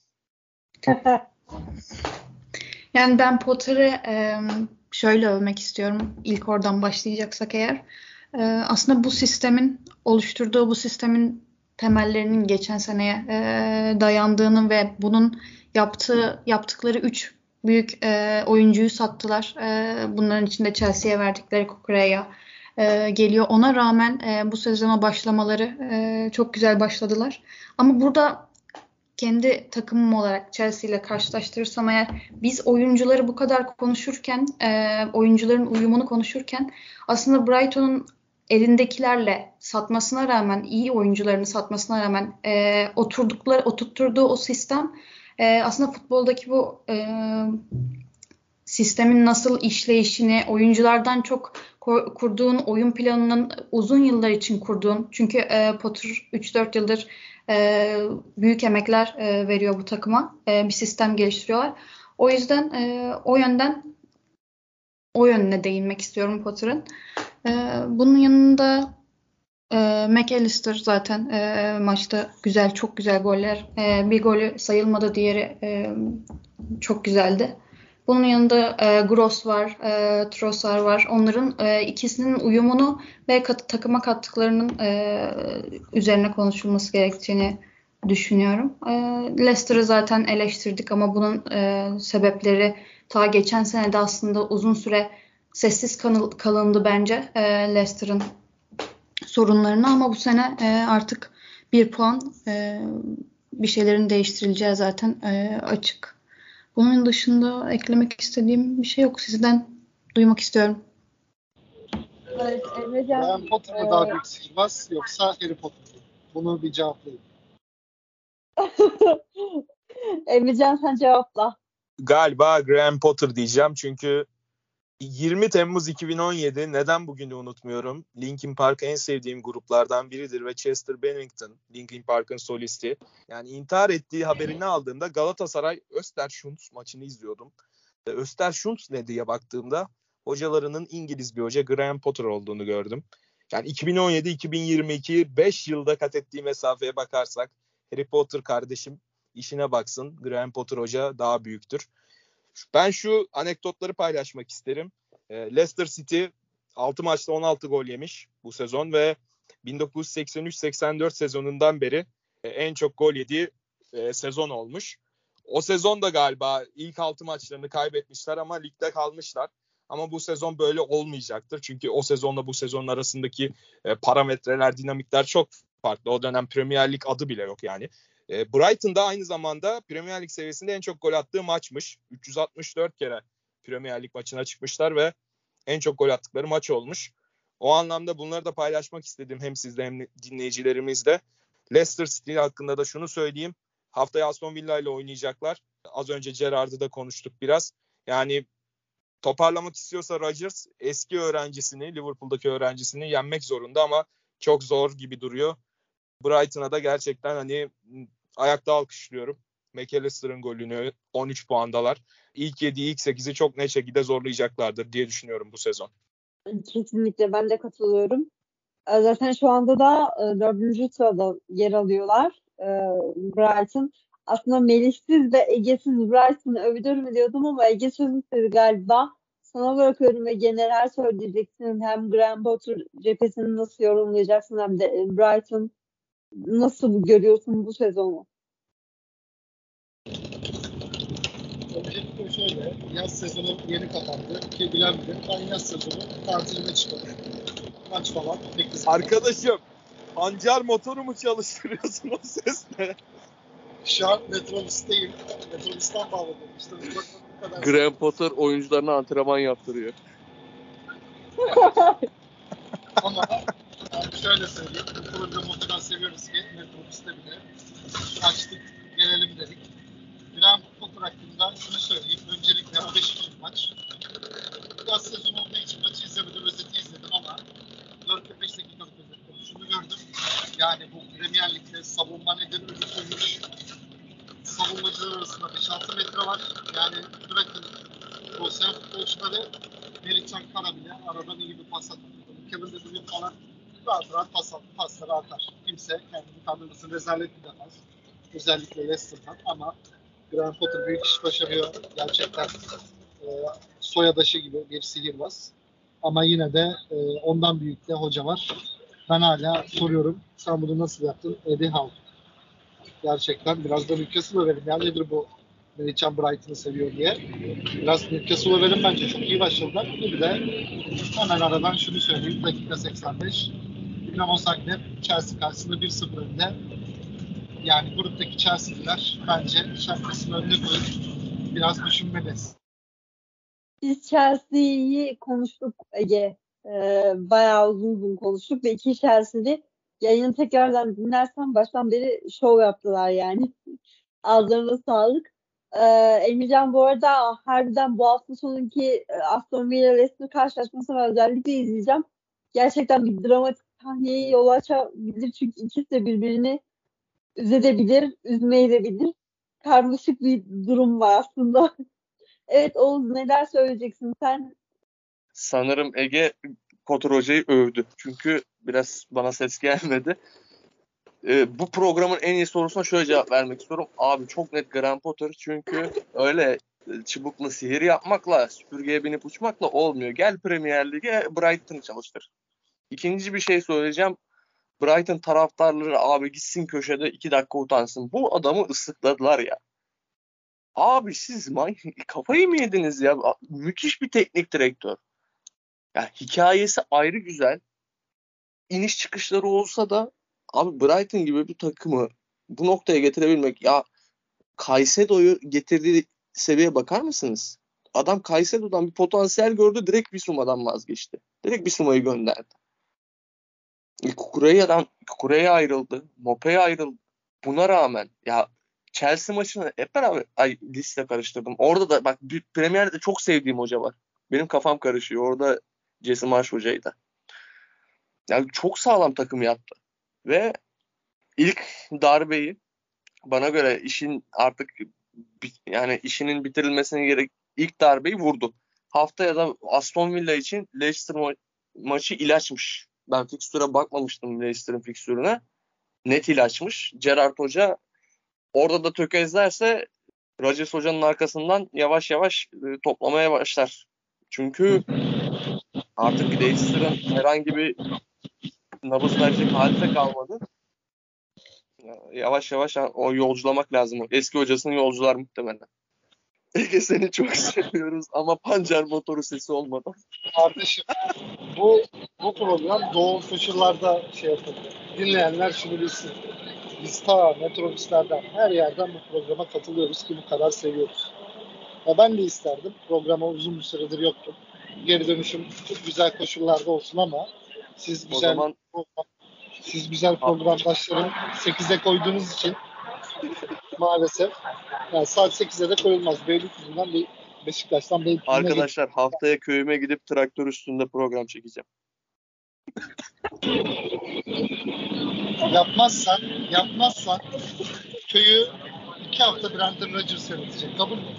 Yani ben Potter'ı e, şöyle övmek istiyorum. İlk oradan başlayacaksak eğer. E, aslında bu sistemin oluşturduğu bu sistemin temellerinin geçen seneye e, dayandığını ve bunun yaptığı yaptıkları üç büyük e, oyuncuyu sattılar. E, bunların içinde Chelsea'ye verdikleri Kukureya e, geliyor. Ona rağmen e, bu sezona başlamaları e, çok güzel başladılar. Ama burada kendi takımım olarak Chelsea ile karşılaştırırsam eğer biz oyuncuları bu kadar konuşurken, e, oyuncuların uyumunu konuşurken aslında Brighton'un elindekilerle satmasına rağmen, iyi oyuncularını satmasına rağmen e, oturdukları, oturtturduğu o sistem e, aslında futboldaki bu e, sistemin nasıl işleyişini, oyunculardan çok kurduğun oyun planının uzun yıllar için kurduğun, çünkü e, Potter üç dört yıldır e, büyük emekler e, veriyor bu takıma. E, bir sistem geliştiriyorlar. O yüzden e, o yönden o yönüne değinmek istiyorum Potter'ın. E, bunun yanında e, McAllister zaten e, maçta güzel, çok güzel goller. E, bir golü sayılmadı, diğeri e, çok güzeldi. Bunun yanında e, Gross var, e, Trossard var. Onların e, ikisinin uyumunu ve kat, takıma kattıklarının e, üzerine konuşulması gerektiğini düşünüyorum. E, Leicester'ı zaten eleştirdik ama bunun e, sebepleri ta geçen sene de aslında uzun süre sessiz kalındı bence e, Leicester'ın sorunlarını ama bu sene e, artık bir puan e, bir şeylerin değiştirileceği zaten e, açık. Bunun dışında eklemek istediğim bir şey yok. Sizden duymak istiyorum. Evet, Emrecan, Graham Potter mı e... daha büyük sihirbaz yoksa Harry Potter mı? Bunu bir cevaplayın. Emrecan sen cevapla. Galiba Graham Potter diyeceğim çünkü yirmi Temmuz iki bin on yedi neden bugünü unutmuyorum. Linkin Park en sevdiğim gruplardan biridir ve Chester Bennington, Linkin Park'ın solisti. Yani intihar ettiği haberini aldığımda Galatasaray Östersund maçını izliyordum. Östersund ne diye baktığımda hocalarının İngiliz bir hoca Graham Potter olduğunu gördüm. Yani iki bin on yedi iki bin yirmi iki beş yılda kat ettiği mesafeye bakarsak Harry Potter kardeşim işine baksın. Graham Potter hoca daha büyüktür. Ben şu anekdotları paylaşmak isterim. E, Leicester City altı maçta on altı gol yemiş bu sezon ve bin dokuz yüz seksen üç seksen dört sezonundan beri e, en çok gol yediği e, sezon olmuş. O sezon da galiba ilk altı maçlarını kaybetmişler ama ligde kalmışlar. Ama bu sezon böyle olmayacaktır. Çünkü o sezonla bu sezonun arasındaki e, parametreler, dinamikler çok farklı. O dönem Premier Lig adı bile yok yani. E, Brighton'da aynı zamanda Premier Lig seviyesinde en çok gol attığı maçmış. üç yüz altmış dört kere Premier Lig maçına çıkmışlar ve en çok gol attıkları maç olmuş. O anlamda bunları da paylaşmak istedim hem sizle hem dinleyicilerimizle. Leicester City hakkında da şunu söyleyeyim. Haftaya Aston Villa ile oynayacaklar. Az önce Gerrard'ı da konuştuk biraz. Yani toparlamak istiyorsa Rodgers eski öğrencisini, Liverpool'daki öğrencisini yenmek zorunda ama çok zor gibi duruyor. Brighton'a da gerçekten hani ayakta alkışlıyorum. McAllister'ın golünü on üç puandalar. İlk yedi, ilk sekizi çok net şekilde zorlayacaklardır diye düşünüyorum bu sezon. Kesinlikle ben de katılıyorum. Zaten şu anda da dördüncü sırada yer alıyorlar Brighton. Aslında Melihsiz ve Egesiz Brighton'ı övülür mü diyordum ama Ege sözü istedi galiba. Sana bırakıyorum Ege, neler söyleyeceksin? Hem Graham Potter cephesini nasıl yorumlayacaksın hem de Brighton nasıl görüyorsun bu sezonu? Öncelikle şöyle, yaz sezonu yeni kapandı ki bilen bilir. Ben yaz sezonu tatiline çıkarım. Maç falan beklesin. Arkadaşım, pancar motoru mu çalıştırıyorsun o sesle? Şu an Metrobüs'teyim. Metrobüs'ten bağladım. İşte bu kadar. Graham Potter oyuncularına antrenman yaptırıyor. Ama yani şöyle söyleyeyim. Bu programı o kadar seviyoruz ki Metrobüs'te bile açtık, gelelim dedik. Graham Potter hakkında şunu söyleyeyim. Öncelikle o beşinci maç. Yaz sezonu olduğu için maçı izlemedim, özeti izledim ama dört beş dakikalık özetle şunu gördüm. Yani bu Premier Lig'de savunma nedir, ölümsüzmüş. Savunmacılar arasında beş altı metre var. Yani bırakın profesyonel futbolcuları Melihcan Kara bile aradan iyi bir pas atar. Kevin De Bruyne falan rahat rahat pas, pasları atar. Kimse kendini kandırmasın, rezalet bir defans. Özellikle Leicester'dan ama Graham Potter büyük iş başarıyor. Gerçekten e, soyadaşı gibi bir sihirbaz. Ama yine de e, ondan büyük de hoca var. Ben hala soruyorum. Sen bunu nasıl yaptın? Eddie Howe. Gerçekten biraz da Newcastle'a verin. Yani nedir bu Melihcan Brighton'ı seviyor diye. Biraz Newcastle'a verin, bence çok iyi başladılar. Bir de hemen aradan şunu söyleyeyim. Dakika seksen beş. Dinamo Zagreb Chelsea karşısında bir sıfır önde. Yani gruptaki Chelsea'liler bence şarkısının önüne koyup biraz düşünmeliyiz. Biz Chelsea'yi konuştuk Ege. Ee, bayağı uzun uzun konuştuk ve iki Chelsea'li yayını tekrardan dinlersen baştan beri şov yaptılar yani. Ağzlarına sağlık. Ee, Emircan bu arada harbiden bu hafta sonunki Aston Villa Leicester karşılaşmasını özellikle izleyeceğim. Gerçekten bir dramatik sahneye yol açabilir çünkü ikisi de birbirini üzebilir, üzmeyebilir. Karmaşık bir durum var aslında. Evet Oğuz, neler söyleyeceksin sen? Sanırım Ege Potter Hoca'yı övdü. Çünkü biraz bana ses gelmedi. Ee, bu programın en iyi sorusuna şöyle cevap vermek istiyorum. Abi çok net Graham Potter. Çünkü öyle çubukla sihir yapmakla, süpürgeye binip uçmakla olmuyor. Gel Premier Lig'e Brighton'ı çalıştır. İkinci bir şey söyleyeceğim. Brighton taraftarları abi gitsin köşede iki dakika utansın. Bu adamı ıslıkladılar ya. Abi siz man- kafayı mı yediniz ya? Müthiş bir teknik direktör. Yani hikayesi ayrı güzel. İniş çıkışları olsa da abi Brighton gibi bir takımı bu noktaya getirebilmek ya, Caicedo'yu getirdiği seviyeye bakar mısınız? Adam Caicedo'dan bir potansiyel gördü, direkt Bissouma'dan vazgeçti. Direkt Bissouma'yı gönderdi. Kukureya'dan Kukureya ayrıldı. Mopey ayrıldı. Buna rağmen ya Chelsea maçını hep beraber ay liste karıştırdım. Orada da bak bir Premier'de çok sevdiğim hoca var. Benim kafam karışıyor. Orada Jesse Marsh hocaydı. Yani çok sağlam takım yaptı. Ve ilk darbeyi bana göre işin artık yani işinin bitirilmesine gerek ilk darbeyi vurdu. Haftaya da Aston Villa için Leicester ma- maçı ilaçmış. Ben fikstüre bakmamıştım, Leicester'ın fikstürüne. Net ilaçmış. Gerrard Hoca orada da tökezlerse Rodgers Hoca'nın arkasından yavaş yavaş e, toplamaya başlar. Çünkü artık Leicester'ın herhangi bir nabız verecek hali de kalmadı. Yavaş yavaş o yolculamak lazım. Eski hocasının yolcular muhtemelen. Ege seni çok seviyoruz ama pancar motoru sesi olmadan. Kardeşim bu bu program Doğu Social'larda şey yapıldı. Dinleyenler şunu bilsin. Biz ta metrobüslerden her yerden bu programa katılıyoruz ki bu kadar seviyoruz. Ya ben de isterdim. Programa uzun bir süredir yoktum. Geri dönüşüm çok güzel koşullarda olsun ama siz O güzel zaman siz güzel programdaşlarım sekize koyduğunuz için maalesef yani saat sekize de koyulmaz. Beylikdüzü'nden bir Beşiktaş'tan Beylikdüzü'ne gidip arkadaşlar haftaya köyüme gidip traktör üstünde program çekeceğim. yapmazsan yapmazsan köyü iki hafta Brandon Rodgers yönetecek. Kabul mü?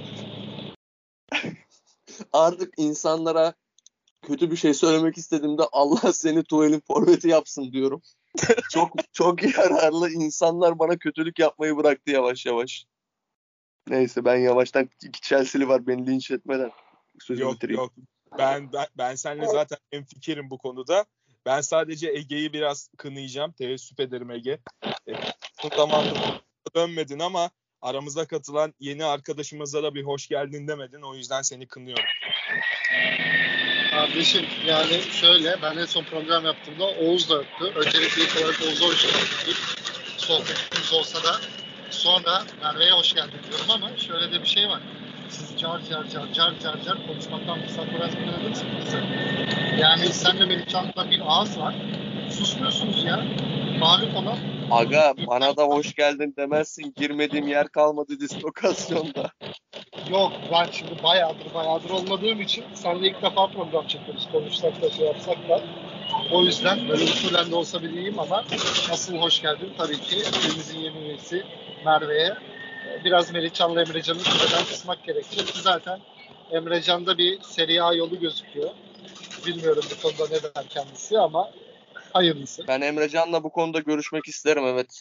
Artık insanlara kötü bir şey söylemek istediğimde Allah seni tuvalin forveti yapsın diyorum. Çok çok yararlı, insanlar bana kötülük yapmayı bıraktı yavaş yavaş. Neyse ben yavaştan, iki Chelsea'li var beni linç etmeden sözü Yok bitireyim. yok. Ben, ben ben seninle zaten hemfikirim bu konuda. Ben sadece Ege'yi biraz kınayacağım. Teessüf ederim Ege. E, bu zamanda dönmedin ama aramıza katılan yeni arkadaşımıza da bir hoş geldin demedin. O yüzden seni kınıyorum. Kardeşim yani şöyle ben en son program yaptığımda Oğuz da öptü. Öncelikle ilk olarak Oğuz'a hoş geldin. Sohbetimiz olsa da sonra Merve'ye hoş geldin diyorum ama şöyle de bir şey var. Siz car car car car car car konuşmaktan fırsat bırakmadınız bize. Yani sen ve Melihcan'da bir ağız var. Susmuyorsunuz ya. Mağlup olan. Aga bana da hoş geldin demezsin, girmediğim yer kalmadı dislokasyonda. Yok ben şimdi bayağıdır bayağıdır olmadığım için seninle ilk defa program çekiyoruz. Konuşsak da şey yapsak da. O yüzden böyle usulen de olsa bileyim ama asıl hoş geldin tabii ki ülkemizin yeni üyesi Merve'ye. Biraz Melihcan'la Emrecan'ı süreden kısmak gerekecek ki zaten Emrecan'da bir Serie A yolu gözüküyor. Bilmiyorum bu konuda ne der kendisi ama hayırlısı. Ben Emrecan'la bu konuda görüşmek isterim, evet.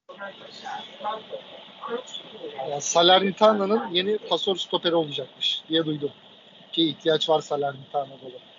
Yani Salernitana'nın yeni pasör stoperi olacakmış diye duydum. Ki ihtiyaç var Salernitana'da da.